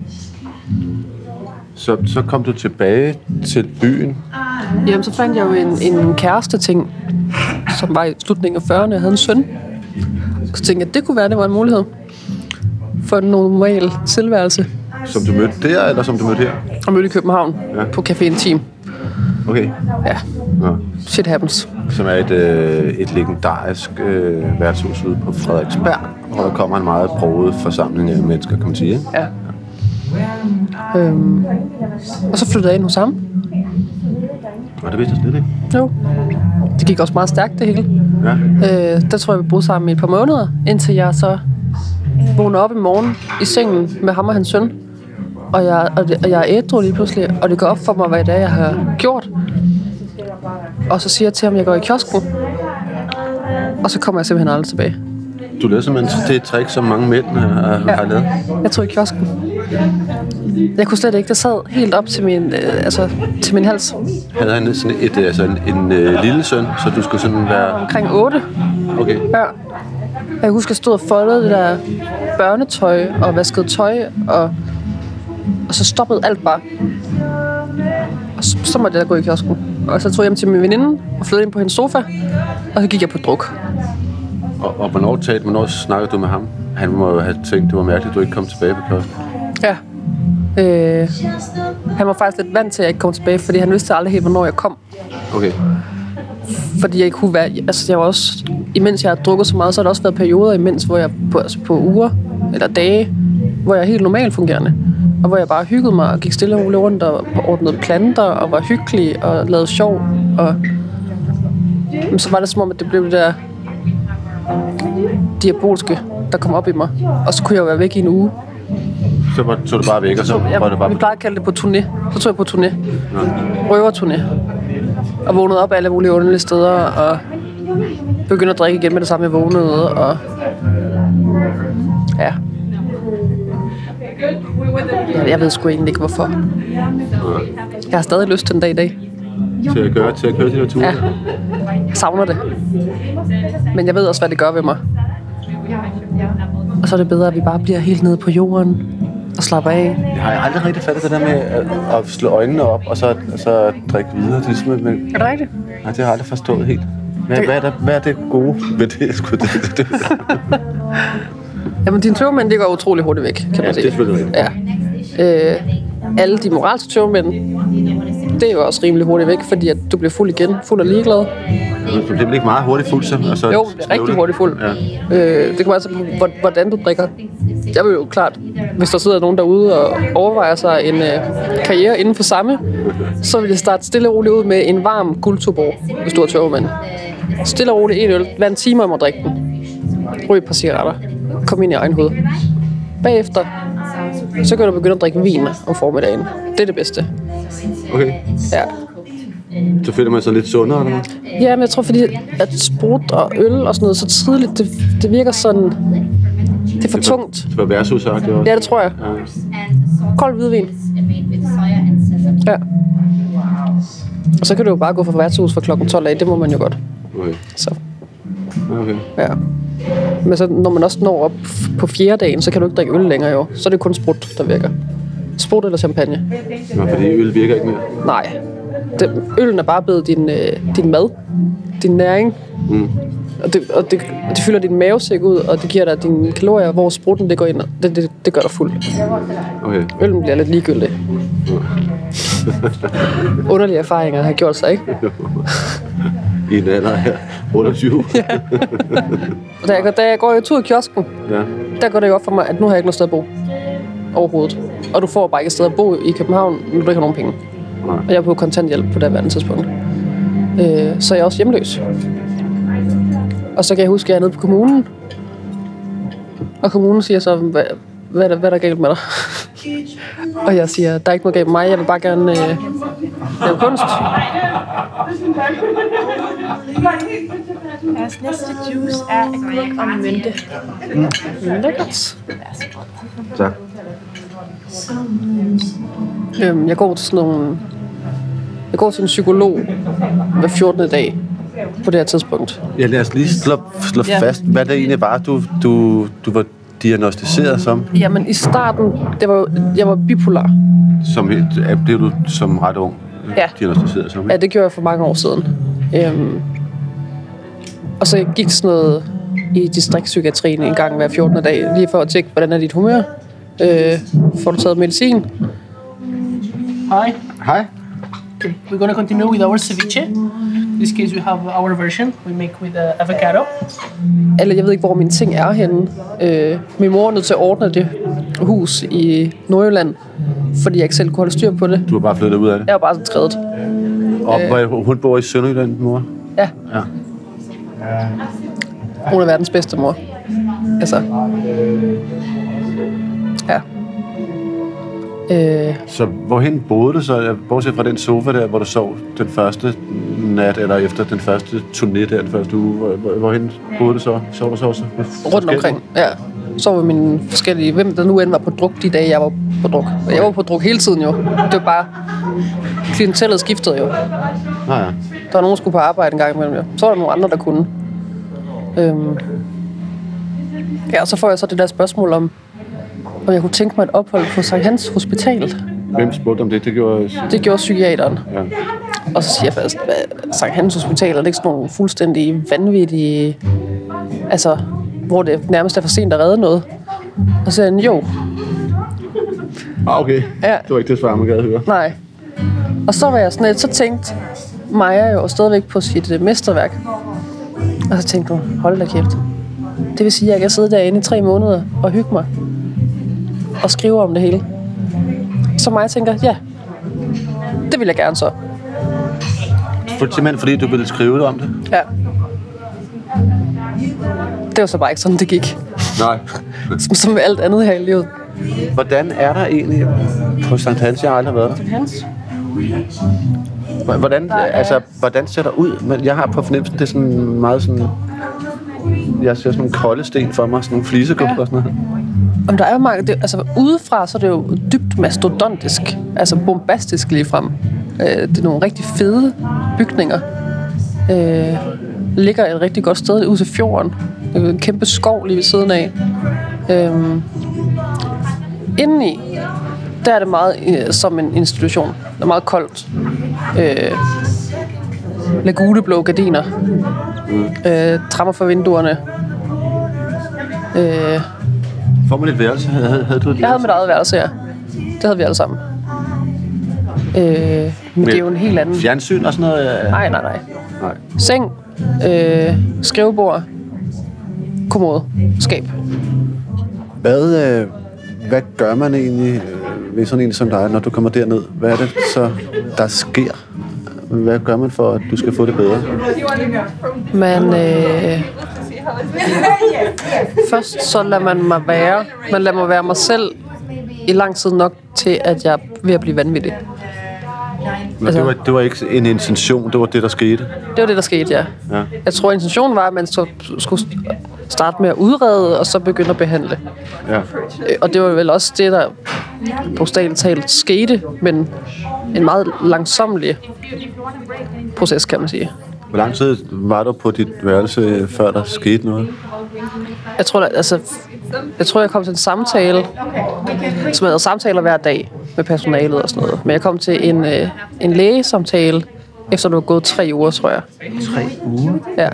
Så kom du tilbage til byen? Jamen, så fandt jeg jo en kæreste ting, som var i slutningen af 40'erne. Jeg havde en søn. Så tænkte jeg, at det kunne være, det var en mulighed for en normal tilværelse. Som du mødte der, eller som du mødte her? Og mødte i København på Café Intim. Okay. Ja. Shit happens. Som er et legendarisk værtshus ude på Frederiksberg, hvor der kommer en meget broget forsamling af mennesker, kan man sige. Ja. Og så flyttede jeg ind hos ham. Og det vidste jeg slet ikke. Jo. Det gik også meget stærkt, det hele. Ja. Der tror jeg, vi boede sammen i et par måneder, indtil jeg så vågnede op i morgen i sengen med ham og hans søn. Og jeg er ædru lige pludselig, og det går op for mig, hvad det er, jeg har gjort. Og så siger jeg til ham, at jeg går i kiosken. Og så kommer jeg simpelthen aldrig tilbage. Du lavede simpelthen det trick, som mange mænd har lavet? Jeg tog i kiosken. Jeg kunne slet ikke. Det sad helt op til min hals. Han havde sådan en lille søn, så du skulle sådan være... Omkring 8. Okay. Ja. Jeg husker, jeg stod og foldede det der børnetøj og vaskede tøj, og så stoppede alt bare. Og så måtte jeg gå i kiosken. Og så tog jeg hjem til min veninde og flyttede ind på hendes sofa, og så gik jeg på druk. Og hvornår snakkede du med ham? Han må jo have tænkt, det var mærkeligt, at du ikke kom tilbage på kiosken. Ja. Han var faktisk lidt vant til, at jeg ikke kom tilbage, fordi han vidste aldrig helt, hvornår jeg kom. Okay. Fordi jeg ikke kunne være... Altså, jeg var også... Imens jeg har drukket så meget, så har der også været perioder imens, hvor jeg på uger eller dage, hvor jeg er helt normalt fungerende. Og hvor jeg bare hyggede mig og gik stille og roligt rundt og ordnede planter og var hyggelig og lavede sjov. Men så var det som om, at det blev det der diabolske, der kom op i mig. Og så kunne jeg jo være væk i en uge. Så tog du bare væk, og så var det bare... Vi plejer at kalde det på turné. Så tog jeg på turné. Røverturné. Og vågnede op alle mulige underlige steder, og begyndte at drikke igen med det samme, jeg vågnede, og... Ja. Jeg ved sgu egentlig ikke, hvorfor. Jeg har stadig lyst til den dag i dag. Til at køre de her ture? Ja. Jeg savner det. Men jeg ved også, hvad det gør ved mig. Og så er det bedre, at vi bare bliver helt nede på jorden og slapper af. Jeg har aldrig rigtig fattet det der med at slå øjnene op, og så drikke videre. Det er simpelthen... Er det rigtigt? Nej, det har jeg aldrig forstået helt. Hvad er det gode ved det? Jamen, dine tøvmænd, det går utrolig hurtigt væk, kan man sige. Det er selvfølgelig rigtigt. Ja. Alle de moralske tøvmænd, det er jo også rimelig hurtigt væk, fordi at du bliver fuld igen, fuld og ligeglad. Du bliver ikke meget hurtigt fuld, så? Og så jo, rigtig hurtigt fuld. Ja. Det kommer altså på, hvordan du drikker. Jeg vil jo klart, hvis der sidder nogen derude og overvejer sig en karriere inden for samme, så vil jeg starte stille og roligt ud med en varm guldtuborg, hvis du er tøvmænd. Stille og roligt en øl, hver en time om at drikke den. Ryg et par cigaretter. Kom ind i egen hoved. Bagefter, så kan du begynde at drikke vin om formiddagen. Det er det bedste. Okay. Ja. Så føler man sig lidt sundere, eller hvad? Ja, men jeg tror, fordi at sprut og øl og sådan noget så tidligt, det virker sådan... Det er for tungt. Det var værtshusagtigt også. Ja, det tror jeg. Ja. Kold hvidvin. Ja. Og så kan du jo bare gå fra værtshus fra klokken 12 af. Det må man jo godt. Okay. Så, Okay. ja. Men så når man også når op på 4. dagen, så kan du ikke drikke øl længere jo. Så er det kun sprut, der virker. Sprut eller champagne. Nå, fordi øl virker ikke mere. Nej. Øllen er bare blevet din mad. Din næring. Mm. Og det fylder din mavesæk ud, og det giver dig dine kalorier, hvor sprutten det går ind. Det gør dig fuld. Okay. Øllen bliver lidt ligegyldig. Underlige erfaringer har gjort sig, ikke? I en alder her. 28. Ja. Da jeg går tur i kiosken, Ja. der går det jo op for mig, at nu har jeg ikke noget sted at bo. Overhovedet. Og du får bare ikke et sted at bo i København, når du ikke har nogen penge. Nej. Og jeg er på kontanthjælp på det andet tidspunkt. Så jeg er også hjemløs. Og så kan jeg huske, at jeg er nede på kommunen. Og kommunen siger så, hvad er der galt med dig? Og jeg siger, der er ikke noget galt med mig, jeg vil bare gerne lave kunst. Deres næste juice er agurk og mynte. Lækkert. Tak. Jeg går til sådan nogle... Jeg går til en psykolog hver 14. dag på det her tidspunkt. Ja, lad os lige slå fast, hvad det egentlig var, du var diagnosticeret som. Jamen i starten, jeg var bipolar. Som blev du som ret ung diagnosticeret som. Ja, det gjorde jeg for mange år siden. Og så gik sådan noget i distriktspsykiatrien en gang hver 14. dag, lige for at tjekke, hvordan er dit humør. Får du taget medicin? Hi. Hej. Okay, we're going to continue with our ceviche. In this case, we have our version we make with avocado. Eller jeg ved ikke, hvor mine ting er henne. Min mor er nødt til at ordne det hus i Nordjylland, fordi jeg ikke selv kunne holde styr på det. Du har bare flyttet ud af det. Jeg var bare trædet. Og hun bor i Sønderjylland, mor? Ja. Ja. Hun er verdens bedste mor. Altså. Ja. Så hvorhen boede du så, bortset fra den sofa der, hvor du sov den første nat, eller efter den første turné der, den første uge, hvorhen boede du så? Sov du så også? Rundt omkring, ja. Så var mine forskellige, hvem der nu end var på druk de dage, jeg var på druk. Jeg var på druk hele tiden jo. Det var bare, klientellet skiftede jo. Nej, ja. Der var nogen, der skulle på arbejde en gang imellem, jo. Så var der nogle andre, der kunne. Ja, og så får jeg så det der spørgsmål om jeg kunne tænke mig et ophold på Sankt Hans Hospital. Hvem spurgte om det? Det gjorde psykiateren. Ja. Og så siger jeg først, Sankt Hans Hospital, er det ikke sådan nogle fuldstændig vanvittige... Altså, hvor det nærmest er for sent at redde noget? Og så siger han, jo. Okay. Ja. Det var ikke det svar, man gad høre. Nej. Og så var jeg sådan lidt, så tænkte Maja jo stadigvæk på sit mesterværk. Og så tænkte hun, hold da kæft. Det vil sige, at jeg kan sidde derinde i 3 måneder og hygge mig. Og skrive om det hele. Så Maja tænker, ja, det vil jeg gerne så. Simpelthen fordi du ville skrive det om det? Ja. Det var så bare ikke sådan, det gik. Nej. Som med alt andet her i livet. Hvordan er der egentlig på Sankt Hans? Jeg har aldrig været der. Sankt Hans? Hvordan ser der ud? Men jeg har på fornemmelsen, det er sådan meget sådan... Jeg ser sådan nogle kolde sten for mig, sådan nogle flisegumper og sådan noget. Om der er jo mange, udefra så er det jo dybt mastodontisk, altså bombastisk ligefrem. Det er nogle rigtig fede bygninger. Ligger et rigtig godt sted ud til fjorden. En kæmpe skov lige ved siden af. Indeni, der er det meget som en institution. Det er meget koldt. Laguneblå gardiner. Trammer for vinduerne. Får man et værelse? Havde du et Jeg havde mit eget værelse, ja. Det havde vi alle sammen. Men det er jo en helt anden... Fjernsyn og sådan noget? Nej. Seng, skrivebord, kommode, skab. Hvad gør man egentlig ved sådan en som dig, når du kommer derned? Hvad er det så, der sker? Hvad gør man for, at du skal få det bedre? Først så lader man mig være. Man lader mig være mig selv i lang tid nok til, at jeg er ved at blive vanvittig. Men det var ikke en intention, det var det, der skete? Det var det, der skete, ja. Jeg tror, intentionen var, at man skulle starte med at udrede, og så begynde at behandle. Ja. Og det var vel også det, der bogstaveligt talt skete, men en meget langsomlig proces, kan man sige. Hvor lang tid var du på dit værelse, før der skete noget? Jeg tror, jeg kom til en samtale, som havde samtaler hver dag med personalet og sådan noget. Men jeg kom til en lægesamtale, efter det var gået 3 uger, tror jeg. 3 uger? Ja.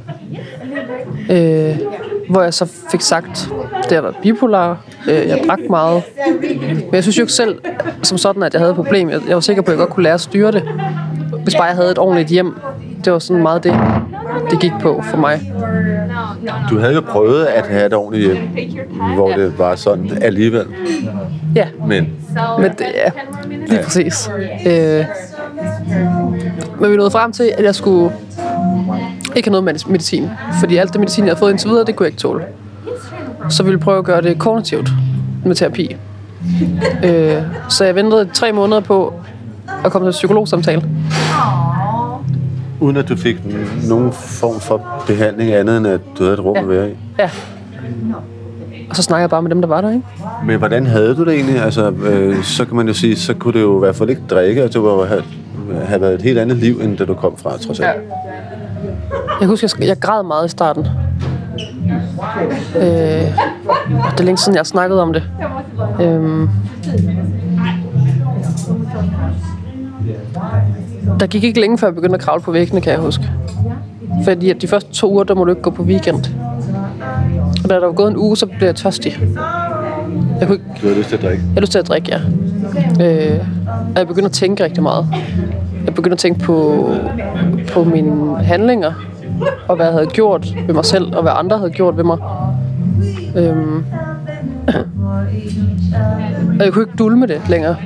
Hvor jeg så fik sagt, det var bipolar, jeg drak meget. Men jeg synes jo ikke selv, som sådan, at jeg havde et problem. Jeg var sikker på, at jeg godt kunne lære at styre det, hvis bare jeg havde et ordentligt hjem. Det var sådan meget det gik på for mig. Du havde jo prøvet at have et ordentligt hjem, hvor det var sådan alligevel. Ja. Men det, ja, lige præcis. Men vi nåede frem til, at jeg skulle ikke have noget medicin. Fordi alt det medicin, jeg havde fået indtil videre, det kunne jeg ikke tåle. Så vi ville prøve at gøre det kognitivt med terapi. Så jeg ventede 3 måneder på at komme til en psykologsamtale. uden at du fik nogen form for behandling andet, end at du havde et rum at være i? Ja. Og så snakker jeg bare med dem, der var der, ikke? Men hvordan havde du det egentlig? Altså, så kan man jo sige, så kunne det jo i hvert fald ikke drikke, og det var have været et helt andet liv, end da du kom fra, trods alt. Ja. Jeg husker, jeg græd meget i starten. Det er længe siden, jeg har snakket om det. Der gik ikke længe, før jeg begyndte at kravle på væggene, kan jeg huske. Fordi de første 2 uger, der må du ikke gå på weekend. Og da der var gået en uge, så blev jeg tørstig. Du havde lyst til at drikke? Jeg havde lyst til at drikke, ja. Og jeg begyndte at tænke rigtig meget. Jeg begyndte at tænke på mine handlinger, og hvad jeg havde gjort ved mig selv, og hvad andre havde gjort ved mig. Og jeg kunne ikke dulme det længere.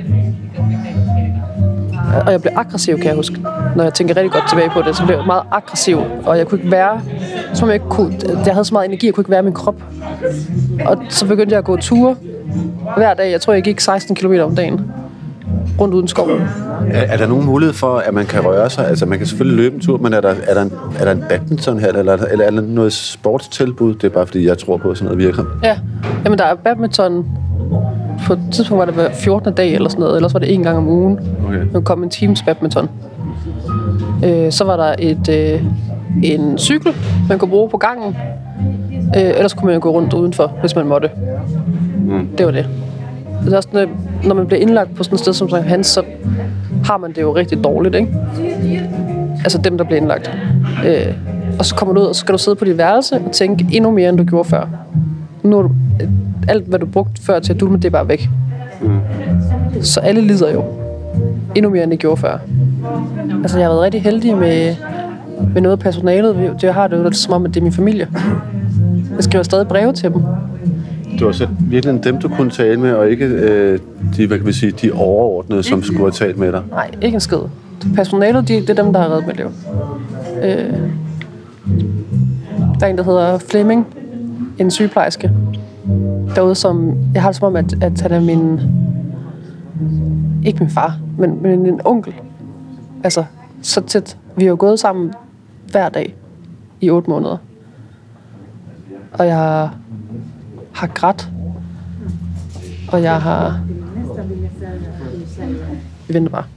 Og jeg blev aggressiv, kan jeg huske. Når jeg tænker rigtig godt tilbage på det, så blev jeg meget aggressiv. Og jeg kunne ikke være... Jeg havde så meget energi, jeg kunne ikke være i min krop. Og så begyndte jeg at gå ture hver dag. Jeg tror, jeg gik 16 km om dagen. Rundt uden skoven. Er der nogen mulighed for, at man kan røre sig? Altså, man kan selvfølgelig løbe en tur, men er der en badminton her? Eller er der noget sportstilbud? Det er bare, fordi jeg tror på, at sådan noget virker. Ja. Jamen, der er badminton. På et tidspunkt var det hver 14. dag eller sådan noget. Ellers var det 1 gang om ugen. Okay. Der kom en times badminton. Så var der en cykel, man kunne bruge på gangen. Ellers kunne man jo gå rundt udenfor, hvis man måtte. Det var det. Det er også, når man bliver indlagt på sådan et sted som Sankt Hans, så har man det jo rigtig dårligt, ikke? Altså dem, der bliver indlagt. Og så kommer du ud, og så skal du sidde på dit værelse og tænke endnu mere, end du gjorde før. Nu er alt, hvad du brugte før til at dulme, det er bare væk. Så alle lider jo endnu mere, end de gjorde før. Altså, jeg har været rigtig heldig med noget af personalet. Jeg har det jo som om, at det er min familie. Jeg skriver stadig breve til dem. Det var så virkelig dem, du kunne tale med, og ikke de overordnede, som skulle have talt med dig? Nej, ikke en skid. Personalet, det er dem, der har reddet mit liv. Der er en, der hedder Flemming, en sygeplejerske derude, som jeg har det som om, at han er ikke min far, men en onkel. Altså, så tæt. Vi har jo gået sammen hver dag i 8 måneder. Og jeg har grædt. Og jeg har... Vi venter bare.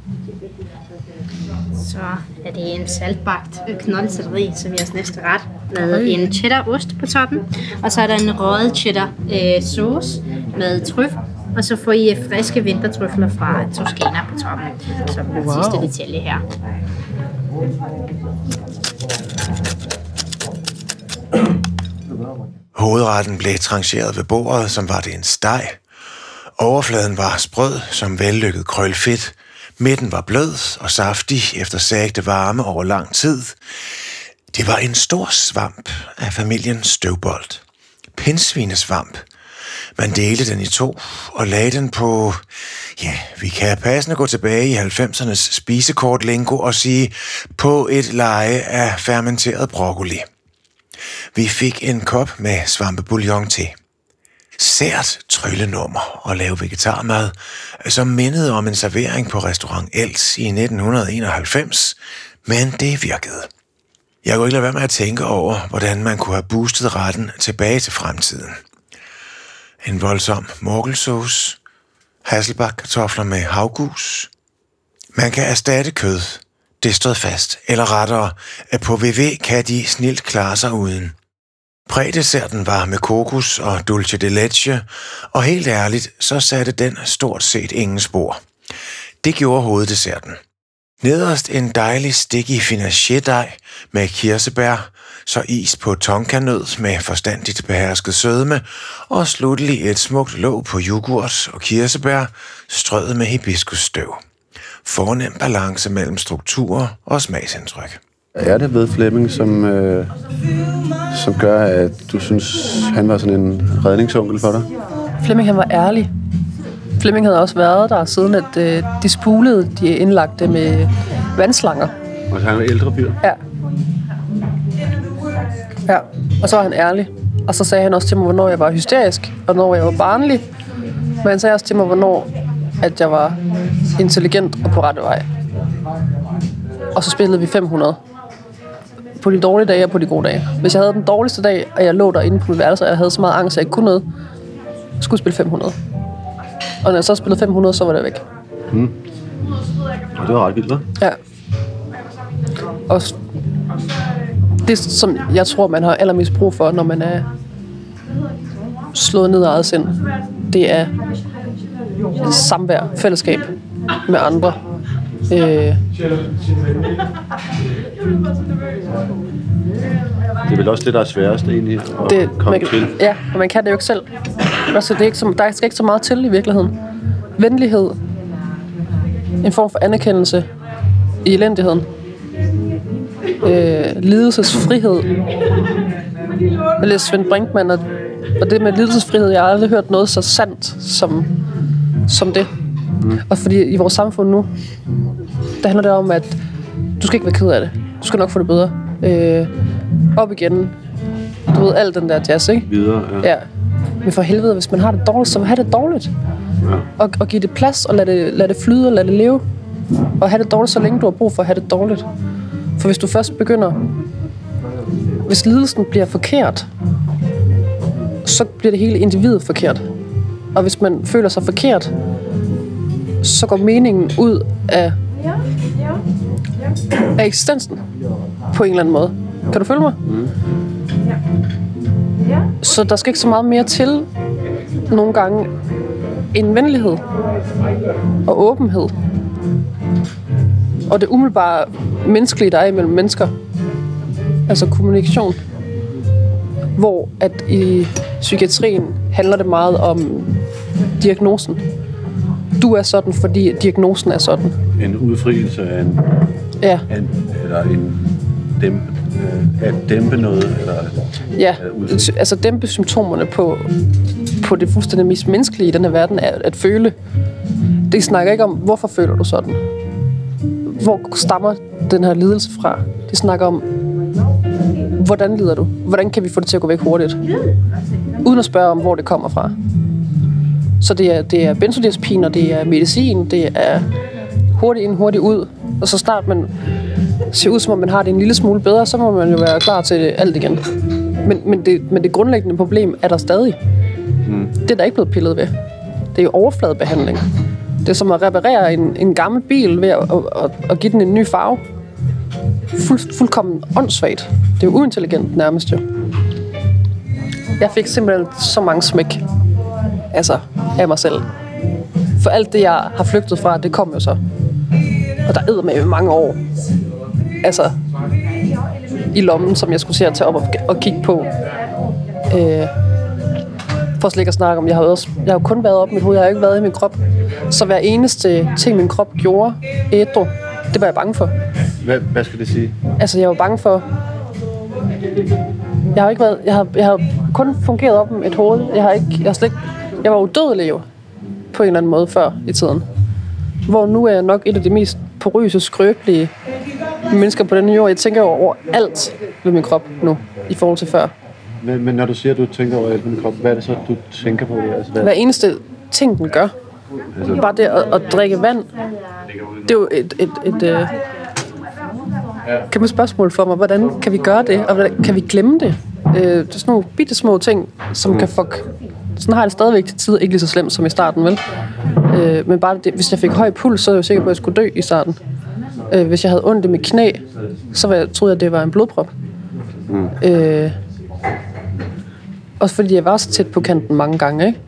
Så er det en saltbagt knoldselleri, som er jeres næste ret, med en cheddarost på toppen. Og så er der en røget cheddar sauce med trøffel. Og så får I friske vintertrøfler fra Toskana på toppen, som den sidste detalje her. Hovedretten blev trancheret ved bordet, som var det en steg. Overfladen var sprød som vellykket krølfedt. Midten var blød og saftig efter sagte varme over lang tid. Det var en stor svamp af familien støvbold. Pindsvinesvamp. Man delte den i 2 og lagde den på... Ja, vi kan passende gå tilbage i 90'ernes spisekortlingo og sige på et leje af fermenteret broccoli. Vi fik en kop med svampebouillon til. sært tryllenummer at lave vegetarmad, som mindede om en servering på restaurant Els i 1991, men det virkede. Jeg kunne ikke lade være med at tænke over, hvordan man kunne have boostet retten tilbage til fremtiden. En voldsom morgelsauce, hasselbakkartofler med havgus. Man kan erstatte kød. Det stod fast, eller rettere, at på VV kan de snilt klare sig uden. Prædesserten var med kokos og dulce de leche, og helt ærligt, så satte den stort set ingen spor. Det gjorde hoveddesserten. Nederst en dejlig sticky financierdej med kirsebær, så is på tonkanød med forstandigt behersket sødme, og slutlig et smukt låg på yoghurt og kirsebær, strøget med hibiskusstøv. Fornem balance mellem struktur og smagsindtryk. Er det ved Flemming, som gør, at du synes, han var sådan en redningsonkel for dig? Flemming, han var ærlig. Flemming havde også været der, siden at de spulede de indlagte med vandslanger. Og så han var ældre fyr? Ja. Ja, og så var han ærlig. Og så sagde han også til mig, hvornår jeg var hysterisk, og hvornår jeg var barnlig. Men han sagde også til mig, hvornår at jeg var intelligent og på rette vej. Og så spillede vi 500. På de dårlige dage og på de gode dage. Hvis jeg havde den dårligste dag, og jeg lå derinde på mit værelse, og jeg havde så meget angst, at jeg ikke kunne noget, så skulle jeg spille 500. Og når jeg så spillede 500, så var det væk. Og det var ret vildt, hva'? Ja. Og det, som jeg tror, man har allermest brug for, når man er slået ned af eget sind, det er samvær, fællesskab med andre. Det er vel også det, der er sværest egentlig at komme til. Ja, og man kan det jo ikke selv. Altså, der skal ikke så meget til i virkeligheden. Venlighed, en form for anerkendelse i elendigheden, lidelsesfrihed. Jeg læste Svend Brinkmann, og det med lidelsesfrihed, jeg har aldrig hørt noget så sandt som det. Og fordi i vores samfund nu, der handler det om, at du skal ikke være ked af det. Du skal nok få det bedre. Op igen. Du ved, alt den der jazz, ikke? Videre, ja. Men for helvede, hvis man har det dårligt, så have det dårligt. Ja. Og give det plads, og lad det flyde, og lad det leve. Og have det dårligt, så længe du har brug for at have det dårligt. For hvis du først begynder... Hvis lidelsen bliver forkert, så bliver det hele individet forkert. Og hvis man føler sig forkert, så går meningen ud af eksistensen på en eller anden måde. Kan du følge mig? Så der skal ikke så meget mere til nogle gange end venlighed og åbenhed. Og det umiddelbare menneskelige, der er imellem mennesker. Altså kommunikation. Hvor at i psykiatrien handler det meget om diagnosen. Du er sådan, fordi diagnosen er sådan. En udfrielse af en... Ja. At dæmpe noget? Eller ja, altså dæmpe symptomerne på det fuldstændig mest menneskelige i den her verden, er at føle. Det snakker ikke om, hvorfor føler du sådan? Hvor stammer den her lidelse fra? Det snakker om, hvordan lider du? Hvordan kan vi få det til at gå væk hurtigt? Uden at spørge om, hvor det kommer fra. Så det er benzodiazepiner, det er medicin, det er hurtigt ind, hurtigt ud. Og så snart man ser ud, som om man har det en lille smule bedre, så må man jo være klar til alt igen. Men det grundlæggende problem er der stadig. Det er der ikke blevet pillet ved. Det er jo overfladebehandling. Det er som at reparere en gammel bil ved at give den en ny farve. Fuldkommen åndssvagt. Det er jo uintelligent nærmest jo. Jeg fik simpelthen så mange smæk af mig selv. For alt det, jeg har flygtet fra, det kom jo så. Og der æder med mange år. I lommen, som jeg skulle se at tage op og kigge på. For slet ikke at snakke om, jeg har jo kun været op i mit hoved, jeg har ikke været i min krop. Så hver eneste ting, min krop gjorde, ædru, det var jeg bange for. Hvad skal det sige? Jeg var bange for... Jeg har kun fungeret op med et hoved. Jeg var udødelig jo, på en eller anden måde før i tiden. Hvor nu er jeg nok et af de mest porøse, skrøbelige mennesker på denne jord. Jeg tænker over alt ved min krop nu, i forhold til før. Men når du siger, at du tænker over elven krop, hvad er det så, du tænker på? Altså, Hver eneste ting, den gør. Bare det at drikke vand, det er jo et kæmpe spørgsmål for mig. Hvordan kan vi gøre det, og hvordan kan vi glemme det? Det er sådan nogle bitte små ting, som kan fuck. Sådan har jeg det stadigvæk til tider, ikke lige så slemt som i starten, vel? Men bare det, hvis jeg fik høj puls, så er jeg jo sikker på, at jeg skulle dø i starten. Hvis jeg havde ondt i mit knæ, så troede jeg, at det var en blodprop. Også fordi jeg var så tæt på kanten mange gange, ikke?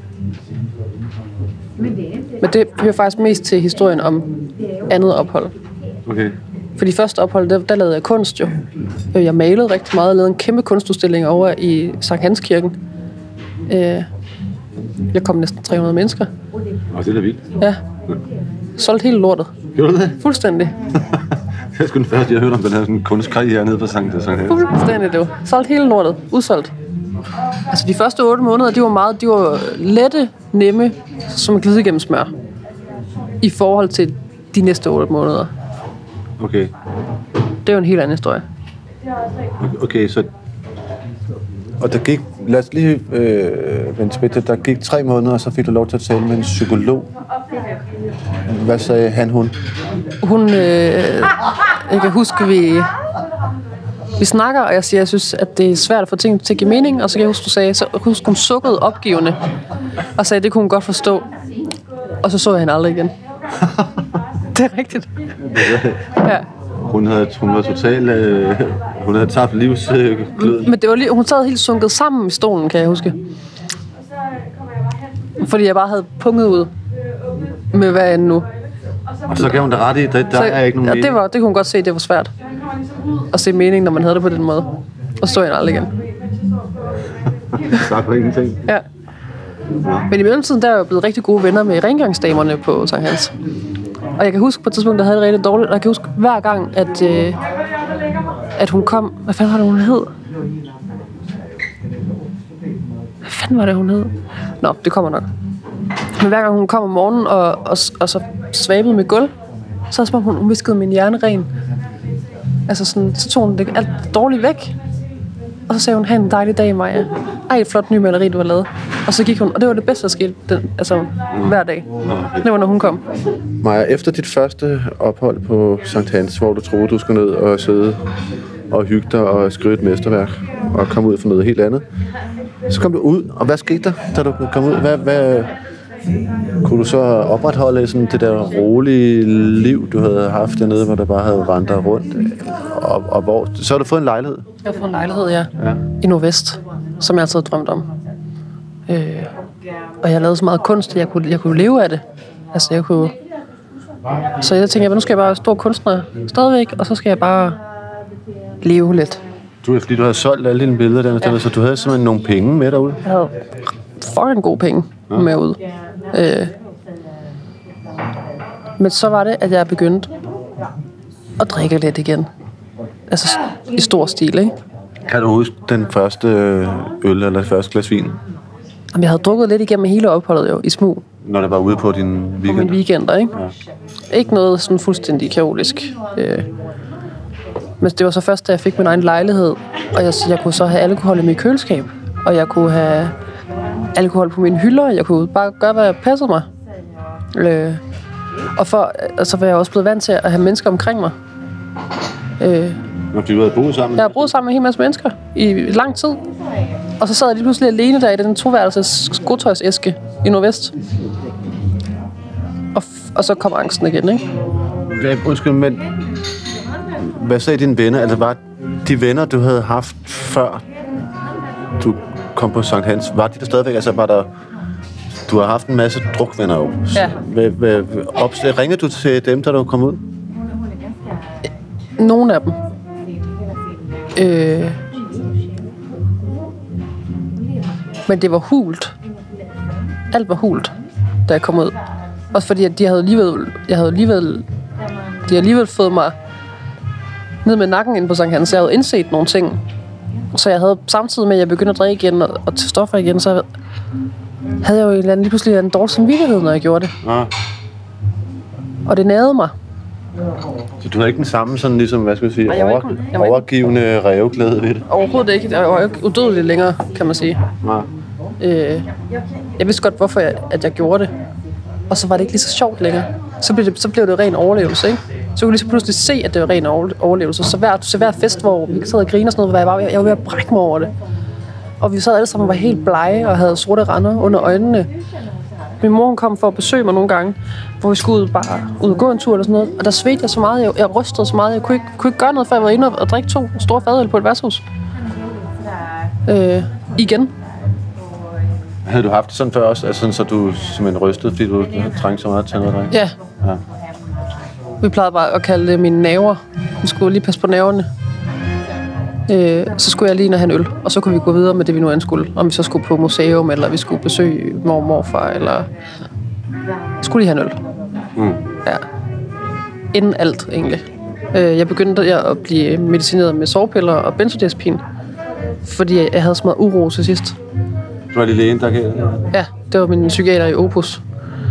Men det hører faktisk mest til historien om andet ophold. Okay. For de første ophold, der lavede jeg kunst jo. Jeg malede rigtig meget, og lavede en kæmpe kunstudstilling over i Sankt Hans Kirken. Jeg kom næsten 300 mennesker. Og det er da vildt. Ja. Solgte hele lortet. Gjorde du det? Fuldstændig. Jeg skulle først, jeg hørte om den her sådan kunstkarriere nede på Sankt Hans. Fuldstændig, det var. Solgte hele lortet. Udsolgt. Altså de første 8 måneder, de var lette, nemme, som at glide igennem smør. I forhold til de næste 8 måneder. Okay. Det er jo en helt anden historie. Okay, så... Og der gik... Lad os lige vende tilbage til, der gik 3 måneder, og så fik du lov til at tale med en psykolog. Hvad sagde han, hun? Hun... jeg kan huske, vi snakker, og jeg siger, at jeg synes, at det er svært at få ting til at give mening. Og så kan jeg huske, hun sukkede opgivende, og sagde, at det kunne hun godt forstå. Og så så jeg hende aldrig igen. Det er rigtigt. Ja. Hun var totalt... hun havde tabt livsgløden. Men det var lige, hun sad helt sunket sammen i stolen, kan jeg huske. Fordi jeg bare havde punget ud med hvad end nu. Og så gav hun det ret i, der er ikke nogen mening. Det kunne hun godt se, det var svært. At se mening, når man havde det på den måde. Og så jeg aldrig igen. Tak for ingenting. Ja. Men i mellemtiden, der er jeg blevet rigtig gode venner med rengøringsdamerne på Sankt Hans. Og jeg kan huske på et tidspunkt, der havde det rigtig dårligt. Og jeg kan huske hver gang, at hun kom... Hvad fanden var det, hun hed? Hvad fanden var det, hun hed? Nå, det kommer nok. Men hver gang hun kom om morgenen og så svabede med gulv, så som om hun viskede min hjerne ren. Altså sådan, så tog hun det alt dårligt væk. Og så sagde hun, have en dejlig dag, Maja. Ej, et flot ny maleri, du har lavet. Og så gik hun, og det var det bedste, der skete hver dag. Det var, når hun kom. Maja, efter dit første ophold på Sankt Hans, hvor du troede, du skulle ned og sidde og hygge dig og skrive et mesterværk og komme ud for noget helt andet, så kom du ud, og hvad skete der, da du kom ud? Hvad kunne du så opretholde sådan det der rolige liv, du havde haft dernede, hvor der bare havde vandret rundt? Og hvor? Så har du fået en lejlighed? Jeg har fået en lejlighed, ja. I Nordvest, som jeg altid havde drømt om. Og jeg lavede så meget kunst, at jeg kunne leve af det. Altså, jeg kunne... Så jeg tænkte, nu skal jeg bare være stor kunstner stadigvæk, og så skal jeg bare leve lidt. Fordi du havde solgt alle dine billeder dernede, så du havde simpelthen nogle penge med derude? Jeg havde fucking gode penge med ud. Men så var det, at jeg begyndte at drikke lidt igen. Altså i stor stil, ikke? Kan du huske den første øl eller det første glas vin? Jamen, jeg havde drukket lidt igennem hele opholdet jo, i smug. Når det var ude på din weekend? På mine weekender, ikke? Ja. Ikke noget sådan fuldstændig kaotisk. Men det var så først, da jeg fik min egen lejlighed, og jeg kunne så have alkohol i mit køleskab, og jeg kunne have alkohol på mine hylder, jeg kunne bare gøre, hvad jeg passede mig. Og så var jeg også blevet vant til at have mennesker omkring mig. Når du havde boet sammen? Jeg har boet sammen med en hel masse mennesker i lang tid. Og så sad jeg lige pludselig alene der i den 2-værelses skotøjsæske i Nordvest. Og så kom angsten igen, ikke? Undskyld, men hvad sagde dine venner? Altså var de venner, du havde haft før du kom på Sankt Hans, var de der stadigvæk? Altså var der... Du har haft en masse drukvenner jo. Ja. Ringede du til dem, da du kom ud? Nogle af dem. Men det var hult. Alt var hult, da jeg kom ud. Også fordi, at de havde alligevel fået mig ned med nakken ind på Sankt Hans. Jeg havde indset nogle ting. Så jeg havde samtidig med, at jeg begyndte at drikke igen og tage stoffer igen, så havde jeg jo lige pludselig en dårlig samvittighed, når jeg gjorde det. Ja. Og det nagede mig. Så du havde ikke den samme sådan ligesom, hvad skal jeg sige, Nej, jeg var ikke- overgivende ræveglæde ved det? Overhovedet ikke. Jeg var jo ikke udødelig længere, kan man sige. Nej. Jeg vidste godt, hvorfor jeg gjorde det. Og så var det ikke lige så sjovt længere. Så blev det ren overlevelse, ikke? Så kunne jeg lige pludselig se, at det var ren overlevelse. Så hver fest, hvor vi sad og grinede og sådan noget, jeg var ved at brække mig over det. Og vi sad alle sammen og var helt blege og havde sorte render under øjnene. Min mor kom for at besøge mig nogle gange, hvor vi skulle ud og gå en tur eller sådan noget. Og der svedte jeg så meget, jeg rystede så meget, jeg kunne ikke gøre noget, før jeg var inde og drikke 2 store fadøl på et værtshus. Igen. Havde du haft det sådan før også, altså sådan, så du simpelthen rystede, fordi du trængte så meget til noget drik? Ja. Vi plejede bare at kalde det mine naver. Vi skulle lige passe på naverne. Så skulle jeg lige have en øl, og så kunne vi gå videre med det, vi nu end skulle. Om vi så skulle på museum, eller vi skulle besøge mor og morfar, eller skulle lige have en øl. Ja. Inden alt, egentlig. Jeg begyndte at blive medicineret med sovepiller og benzodiazepin, fordi jeg havde så meget uro til sidst. Du var lige lægen, der gav det? Ja, det var min psykiater i Opus.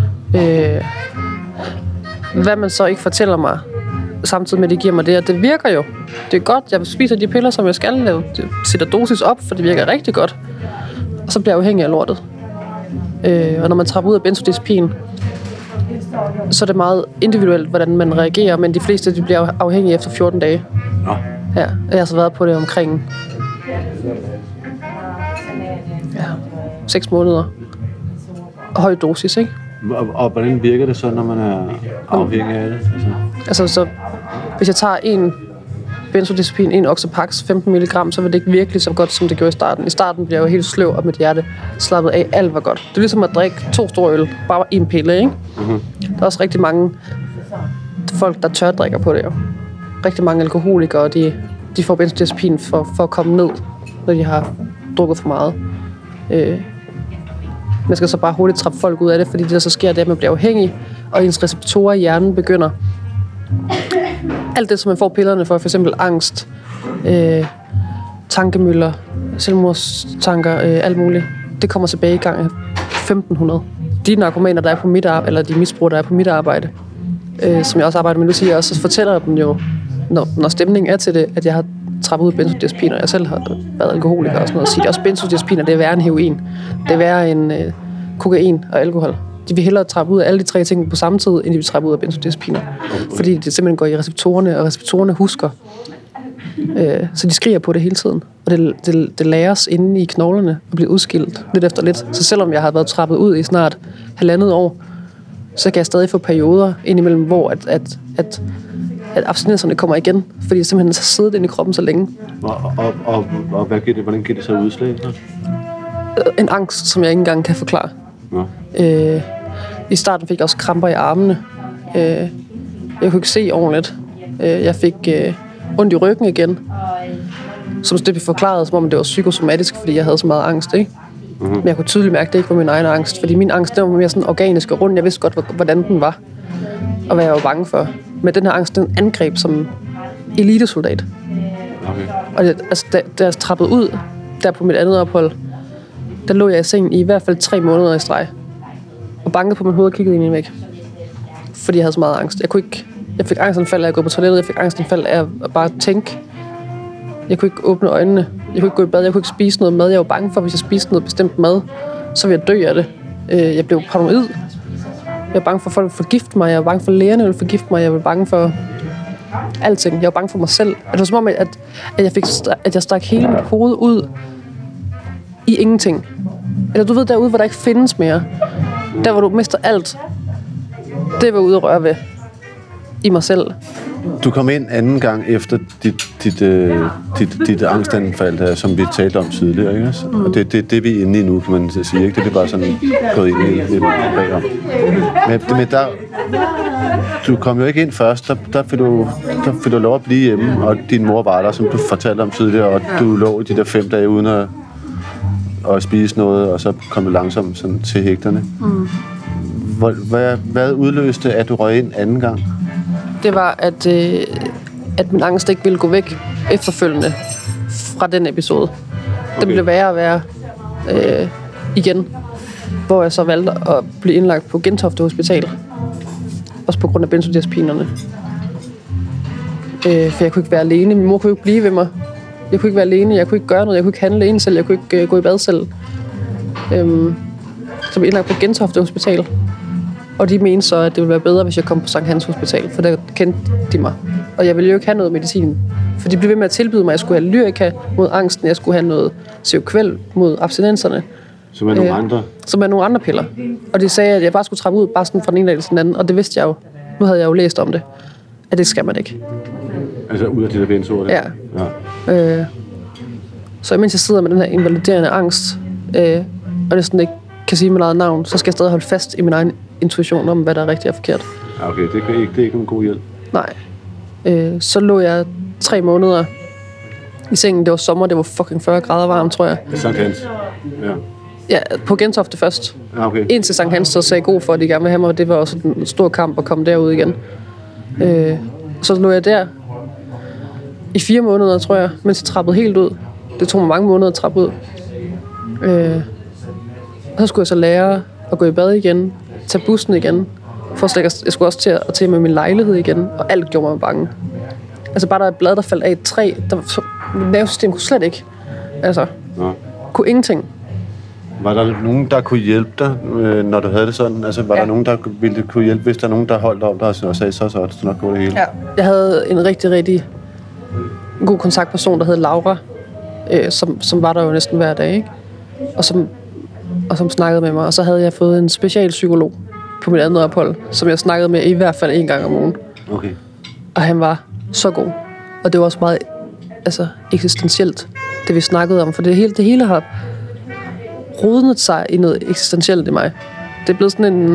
Hvad man så ikke fortæller mig, samtidig med, at det giver mig det, og det virker jo. Det er godt, jeg spiser de piller, som jeg skal lave. Det sætter dosis op, for det virker rigtig godt. Og så bliver jeg afhængig af lortet. Og når man trapper ud af benzodiazepin, så er det meget individuelt, hvordan man reagerer, men de fleste de bliver afhængige efter 14 dage. Ja, og jeg har så været på det omkring 6 måneder. Høj dosis, ikke? Og hvordan virker det så, når man er afhængig af det? Altså så, hvis jeg tager en benzodiazepin, en Oxapax, 15 mg, så vil det ikke virkelig så godt, som det gjorde i starten. I starten bliver jeg jo helt sløv, og mit hjerte slappet af. Alt var godt. Det er ligesom at drikke 2 store øl, bare en pille, ikke? Mm-hmm. Der er også rigtig mange folk, der tørdrikker på det jo. Rigtig mange alkoholikere, de får benzodiazepin for at komme ned, når de har drukket for meget. Man skal så bare hurtigt trappe folk ud af det, fordi det der så sker, det er, at man bliver afhængig, og ens receptorer i hjernen begynder. Alt det, som man får pillerne for eksempel angst, tankemøller, selvmordstanker, alt muligt, det kommer tilbage i gang af 1500. De narkomaner, der er på mit arbejde, eller de misbrugere, der er på mit arbejde, som jeg også arbejder med nu, siger jeg også, så fortæller jeg dem jo, når stemningen er til det, at jeg har trappet ud benzodiazepiner, og jeg selv har været alkoholiker og sådan noget, og siger også, benzodiazepiner, det er værre end heroin. Det er værre end kokain og alkohol. De vil hellere trappe ud af alle de 3 ting på samme tid, end de vil trappe ud af benzodiazepiner. Fordi det simpelthen går i receptorerne, og receptorerne husker. Så de skriger på det hele tiden. Og det læres inde i knoglerne og bliver udskilt lidt efter lidt. Så selvom jeg har været trappet ud i snart 1,5 år, så kan jeg stadig få perioder indimellem, hvor at abstinenserne kommer igen, fordi det simpelthen har siddet inde i kroppen så længe. Og hvad giver det, hvordan giver det så udslag? En angst, som jeg ikke engang kan forklare. Ja. I starten fik jeg også kramper i armene. Jeg kunne ikke se ordentligt. Jeg fik ondt i ryggen igen, som det blev forklaret, som om det var psykosomatisk, fordi jeg havde så meget angst, ikke? Mm-hmm. Men jeg kunne tydeligt mærke, at det ikke var min egen angst, fordi min angst, den var mere sådan organisk og rund. Jeg vidste godt, hvordan den var, og hvad jeg var bange for. Men den her angst, den angreb som elitesoldat. Okay. Og da jeg trappede ud, der på mit andet ophold, der lå jeg i sengen i hvert fald 3 måneder i streg. Og bankede på mit hoved og kiggede ind i en væg. Fordi jeg havde så meget angst. Jeg fik angstanfald af at gå på toilettet. Jeg fik angstanfald af at bare tænke. Jeg kunne ikke åbne øjnene. Jeg kunne ikke gå i bad. Jeg kunne ikke spise noget mad. Jeg var bange for, hvis jeg spiste noget bestemt mad, så ville jeg dø af det. Jeg blev paranoid. Jeg var bange for, at folk ville forgifte mig. Jeg var bange for, at lægerne ville forgifte mig. Jeg var bange for alting. Jeg var bange for mig selv. Det var som om, at jeg stak hele mit hoved ud i ingenting. Eller du ved, derude, hvor der ikke findes mere. Der, hvor du mister alt. Det var ude at røre ved. I mig selv. Du kom ind anden gang efter dit angstanfald, der, som vi talte om tidligere, ikke? Og det vi er inde i nu, kan man sige, ikke? Det er bare sådan gået ind i lidt bagom. Men der, du kom jo ikke ind først, der fik du lov at blive hjemme, og din mor var der, som du fortalte om tidligere, og du lå de der 5 dage uden at spise noget, og så kom du langsomt sådan til hægterne. Mm. Hvad udløste, at du røg ind anden gang? Det var, at min angst ikke ville gå væk efterfølgende fra den episode. Okay. Den blev værre og værre igen, hvor jeg så valgte at blive indlagt på Gentofte Hospital. Også på grund af benzodiazepinerne. For jeg kunne ikke være alene. Min mor kunne ikke blive ved mig. Jeg kunne ikke være alene. Jeg kunne ikke gøre noget. Jeg kunne ikke handle alene selv. Jeg kunne ikke gå i bad selv. Så vi indlagt på Gentofte Hospital. Og de mente så, at det ville være bedre, hvis jeg kom på Sankt Hans Hospital. For der kendte de mig. Og jeg ville jo ikke have noget medicin. For de blev ved med at tilbyde mig, at jeg skulle have Lyrica mod angsten. Jeg skulle have noget Seroquel mod abstinenserne. Som er nogle andre? Som er nogle andre piller. Og de sagde, at jeg bare skulle trappe ud, bare sådan fra den ene dag til den anden. Og det vidste jeg jo. Nu havde jeg jo læst om det. At det skal man ikke. Altså ud af de der benzoer? Ja. Så imens jeg sidder med den her invaliderende angst, og næsten ikke kan sige mit eget navn, så skal jeg stadig holde fast i min egen intuition om, hvad der er rigtigt og forkert. Okay, det er ikke en god hjælp. Nej. Så lå jeg 3 måneder i sengen. Det var sommer, det var fucking 40 grader varmt, tror jeg. Sankt Hans? Ja. Ja, på Gentofte først. Okay. Indtil Sankt Hans så sagde god for, at de gerne ville have mig. Det var også en stor kamp at komme derud igen. Så lå jeg der i 4 måneder, tror jeg, mens jeg trappede helt ud. Det tog mig mange måneder at trappe ud. Så skulle jeg så lære at gå i bad igen, tage bussen igen. Jeg skulle også til med min lejlighed igen, og alt gjorde mig bange. Altså bare der er et blad, der faldt af et træ, mit nervesystem kunne slet ikke. Altså, kunne ingenting. Var der nogen, der kunne hjælpe dig, når du havde det sådan? Altså, var der nogen, der ville kunne hjælpe, hvis der er nogen, der holdt om dig og sagde, så det nok gå det hele? Ja, jeg havde en rigtig, rigtig god kontaktperson, der hed Laura, som var der jo næsten hver dag, ikke? Og som snakkede med mig. Og så havde jeg fået en specialpsykolog på mit andet ophold, som jeg snakkede med i hvert fald 1 gang om ugen. Okay. Og han var så god. Og det var også meget eksistentielt, det vi snakkede om. For det hele har rodnet sig i noget eksistentielt i mig. Det er blevet sådan en...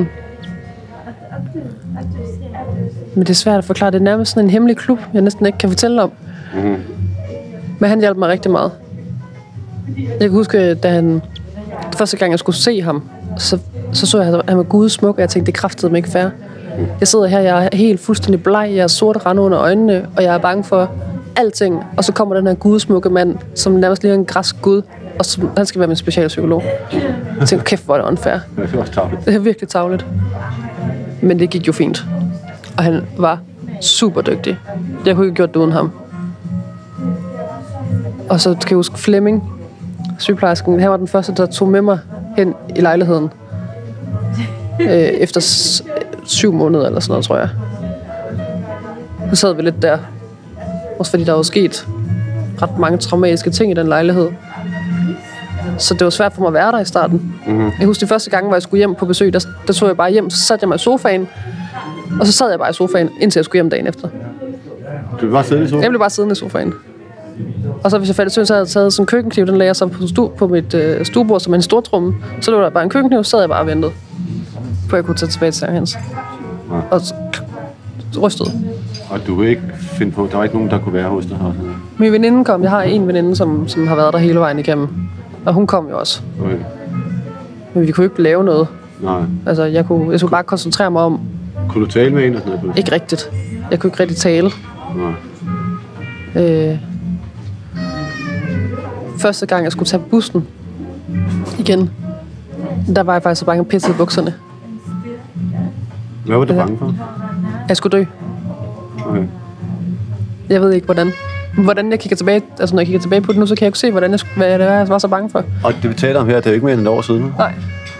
Men det er svært at forklare. Det er nærmest sådan en hemmelig klub, jeg næsten ikke kan fortælle om. Mm-hmm. Men han hjalp mig rigtig meget. Jeg kan huske, da det første gang, jeg skulle se ham, så jeg, at han var gudsmuk, og jeg tænkte, det kræftede mig ikke fair. Jeg sidder her, jeg er helt fuldstændig bleg, jeg har sorte rande under øjnene, og jeg er bange for alting. Og så kommer den her gudsmukke mand, som nærmest ligner en græsk gud, og han skal være min specialpsykolog. Jeg tænkte, kæft, hvor er det unfair. Det er også tarveligt. Det er virkelig tarveligt. Men det gik jo fint. Og han var super dygtig. Jeg kunne ikke have gjort det uden ham. Og så kan jeg huske Flemming, sygeplejersken. Han var den første, der tog med mig hen i lejligheden. Efter 7 måneder eller sådan noget, tror jeg. Så sad vi lidt der. Også fordi der var sket ret mange traumatiske ting i den lejlighed. Så det var svært for mig at være der i starten. Mm-hmm. Jeg husker de første gange, hvor jeg skulle hjem på besøg, der tog jeg bare hjem, så satte jeg mig i sofaen. Og så sad jeg bare i sofaen, indtil jeg skulle hjem dagen efter. Du blev bare siddende i sofaen? Jeg blev bare siddende i sofaen. Og så hvis jeg faldt i søvn, så havde jeg taget sådan en køkkenkniv, den lagde jeg så på mit stuebord som en stortrumme. Så lå der bare en køkkenkniv, så sad jeg bare og ventede på at jeg kunne tage tilbage til Sankt Hans. Ja. Og rystede. Og du kunne ikke finde på, der var ikke nogen, der kunne være hos dig her? Min veninde kom. Jeg har en veninde, som har været der hele vejen igennem. Og hun kom jo også. Okay. Men vi kunne ikke lave noget. Nej. Altså, jeg skulle bare koncentrere mig om... Kunne du tale med hende? Ikke rigtigt. Jeg kunne ikke rigtig tale. Nej. Første gang, jeg skulle tage bussen igen, der var jeg faktisk så bange at pisse i bukserne. Hvad var du bange for? Jeg skulle dø. Okay. Jeg ved ikke, hvordan jeg kigger tilbage. Altså, når jeg kigger tilbage på det nu, så kan jeg ikke se, hvad det var, jeg var så bange for. Og det vi taler om her, det er jo ikke mere end et år siden. Nej.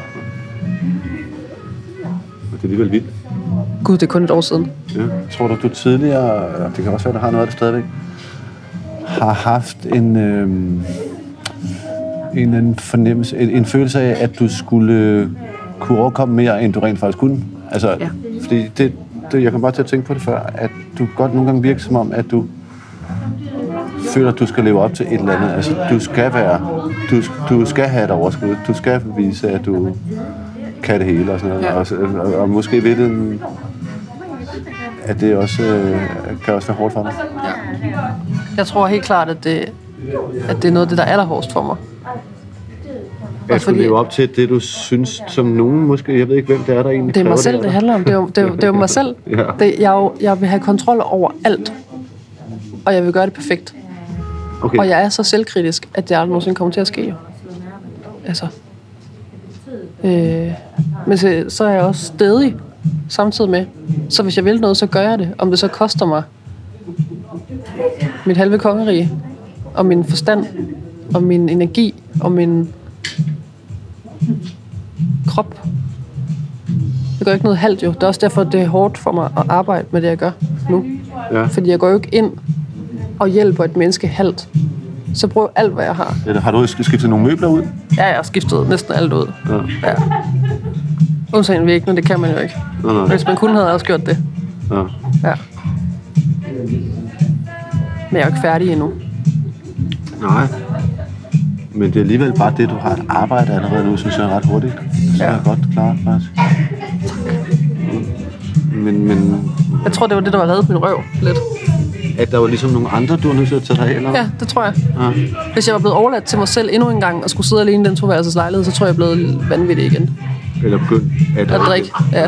Det er alligevel vildt. Gud, det er kun et år siden. Ja. Tror du tidligere, det kan også være, der har noget af det stadigvæk, har haft en fornemmelse, en følelse af, at du skulle kunne overkomme mere, end du rent faktisk kunne? Altså, ja. Fordi jeg kan bare til at tænke på det før, at du godt nogle gange virker som om, at du føler, at du skal leve op til et eller andet. Altså, du skal have et overskud. Du skal vise, at du kan det hele og sådan noget. Ja. Og måske ved det, at det også kan også være hårdt for dig. Ja. Jeg tror helt klart, at det er noget af det, der er allerhårdest for mig. Jeg skulle leve op til det, du synes, som nogen måske, jeg ved ikke, hvem det er, der egentlig. Det er mig selv, det handler om. Det er jo mig selv. Ja. Jeg vil have kontrol over alt, og jeg vil gøre det perfekt. Okay. Og jeg er så selvkritisk, at det aldrig nogensinde kommer til at ske. Altså. Men så er jeg også stædig samtidig med. Så hvis jeg vil noget, så gør jeg det. Om det så koster mig mit halve kongerige, og min forstand, og min energi, og min krop. Det gør ikke noget halvt jo. Det er også derfor, det er hårdt for mig at arbejde med det, jeg gør nu. Ja. Fordi jeg går jo ikke ind og hjælper et menneske halvt. Så bruger jeg alt, hvad jeg har. Eller har du skiftet nogle møbler ud? Ja, jeg har skiftet næsten alt ud. Ja. Undtagen væggene, det kan man jo ikke. Nej. Hvis man kunne, havde jeg også gjort det. Ja. Men jeg er jo ikke færdig endnu. Nej. Men det er alligevel bare det, du har et arbejde allerede nu, synes jeg er ret hurtigt. Det er godt klart, faktisk. Men... Jeg tror, det var det, der var reddet min røv lidt. At der var ligesom nogle andre, du var nødt til at tage dig af, eller? Ja, det tror jeg. Ja. Hvis jeg var blevet overladt til mig selv endnu en gang, og skulle sidde alene i den toværelses lejlighed, så tror jeg, jeg er blevet vanvittig igen. Eller begyndt at drikke, ja.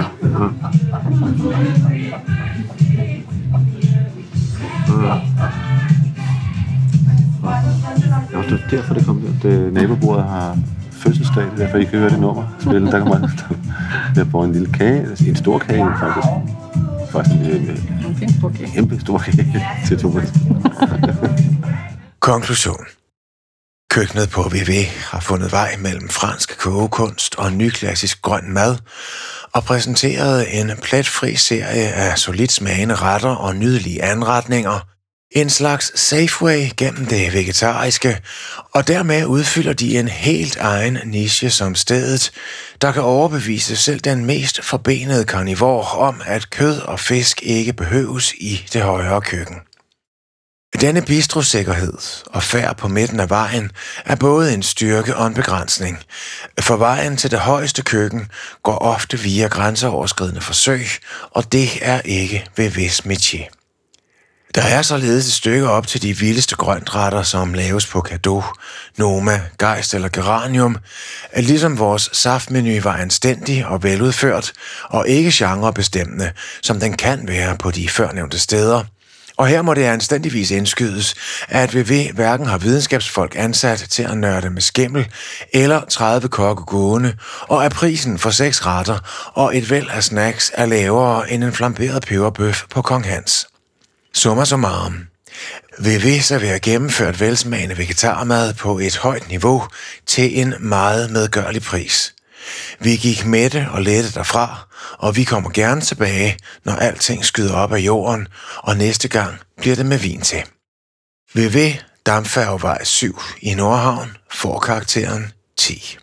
Ja, det er derfor, det kom der. Det nabobordet har fødselsdag, det er derfor, I kan høre det nummer spille. Der kan man der en lille kage, en stor kage faktisk. Faktisk en kæmpe stor kage til Thomas. Konklusion. Køkkenet på VV har fundet vej mellem fransk kogekunst og nyklassisk grøn mad, og præsenterede en pletfri serie af solidt smagende retter og nydelige anretninger. En slags Safeway gennem det vegetariske, og dermed udfylder de en helt egen niche som stedet, der kan overbevise selv den mest forbenede karnivor om, at kød og fisk ikke behøves i det højere køkken. Denne bistrosikkerhed og færd på midten af vejen er både en styrke og en begrænsning, for vejen til det højeste køkken går ofte via grænseoverskridende forsøg, og det er ikke VV's métier. Der er således et stykke op til de vildeste grøntretter, som laves på Cadeau, Noma, Geist eller Geranium, ligesom vores saftmenu var anstændig og veludført, og ikke genrebestemmende, som den kan være på de førnævnte steder. Og her må det anstændigvis indskydes, at VV hverken har videnskabsfolk ansat til at nørde med skimmel, eller 30 kokke gående, og at prisen for 6 retter og et væld af snacks er lavere end en flamberet peberbøf på Kong Hans. Summa summarum. VV serverer gennemført velsmagende vegetarmad på et højt niveau til en meget medgørlig pris. Vi gik mætte og lette derfra, og vi kommer gerne tilbage, når alting skyder op af jorden, og næste gang bliver det med vin til. VV Dampfærgevej 7 i Nordhavn får karakteren 10.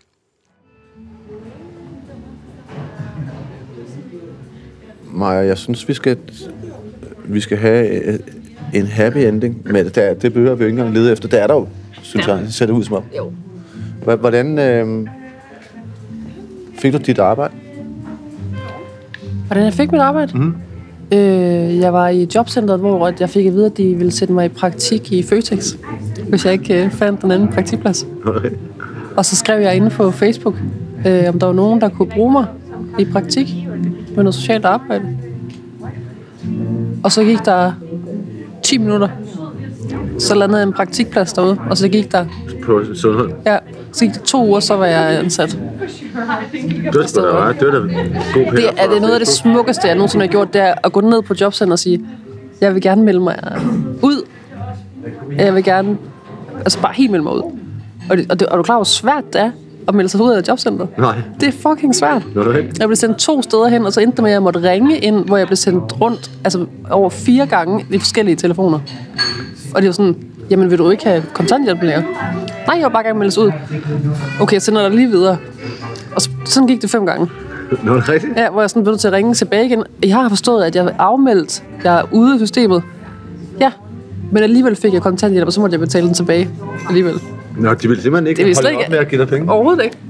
Maja, jeg synes, vi skal have en happy ending, men det behøver vi jo ikke engang lede efter. Det er der jo, synes jeg. Det ser det ud som om. Jo. Hvordan fik du dit arbejde? Hvordan jeg fik mit arbejde? Mm-hmm. Jeg var i jobcentret, hvor jeg fik at vide, at de ville sætte mig i praktik i Føtex, hvis jeg ikke fandt den anden praktikplads. Okay. Og så skrev jeg inde på Facebook, om der var nogen, der kunne bruge mig i praktik med noget socialt arbejde. Og så gik der 10 minutter. Så landede en praktikplads derude, og så gik der... På sundhed? Ja, så gik det 2 uger, så var jeg ansat. Det var da god det er noget af det smukkeste, jeg nogensinde har gjort, det er at gå ned på jobcenter og sige, jeg vil gerne melde mig ud. Jeg vil gerne... Altså bare helt melde mig ud. Og du er klar, hvor svært det er at melde sig ud af jobcentret? Nej. Det er fucking svært. Jeg blev sendt 2 steder hen, og så endte det med, at jeg måtte ringe ind, hvor jeg blev sendt rundt, altså over 4 gange i forskellige telefoner. Og det var sådan, jamen vil du ikke have kontanthjælp længere? Nej, jeg var bare gerne melde sig ud. Okay, jeg sender dig lige videre. Og sådan gik det 5 gange. Nå, det rigtigt? Ja, hvor jeg sådan blev til at ringe tilbage igen. Jeg har forstået, at jeg er afmeldt. Jeg er ude af systemet. Ja, men alligevel fik jeg kontanthjælp, og så måtte jeg betale den tilbage alligevel. Nå, de ville simpelthen ikke holde op med at give dig penge? Overhovedet ikke.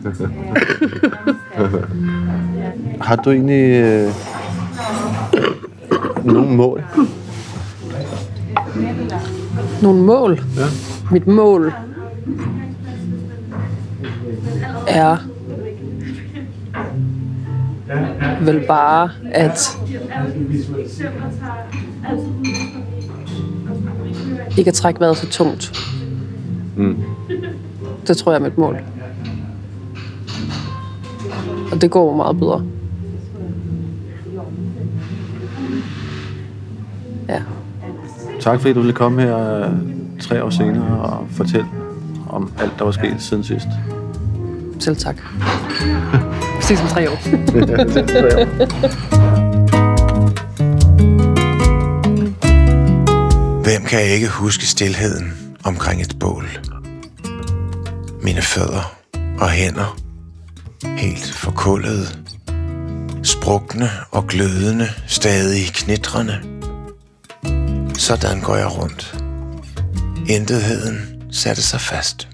Har du egentlig nogle mål? Nogle mål? Ja. Mit mål er vel bare, at ikke at trække vejret så tungt. Mm. Det tror jeg er mit mål. Og det går meget bedre. Ja. Tak fordi du ville komme her 3 år senere og fortælle om alt, der var sket siden sidst. Selv tak. Vi ses om 3 år. Hvem kan ikke huske stilheden omkring et bål? Mine fødder og hænder, helt forkullede, sprukne og glødende, stadig knitrende. Sådan går jeg rundt. Intetheden satte sig fast.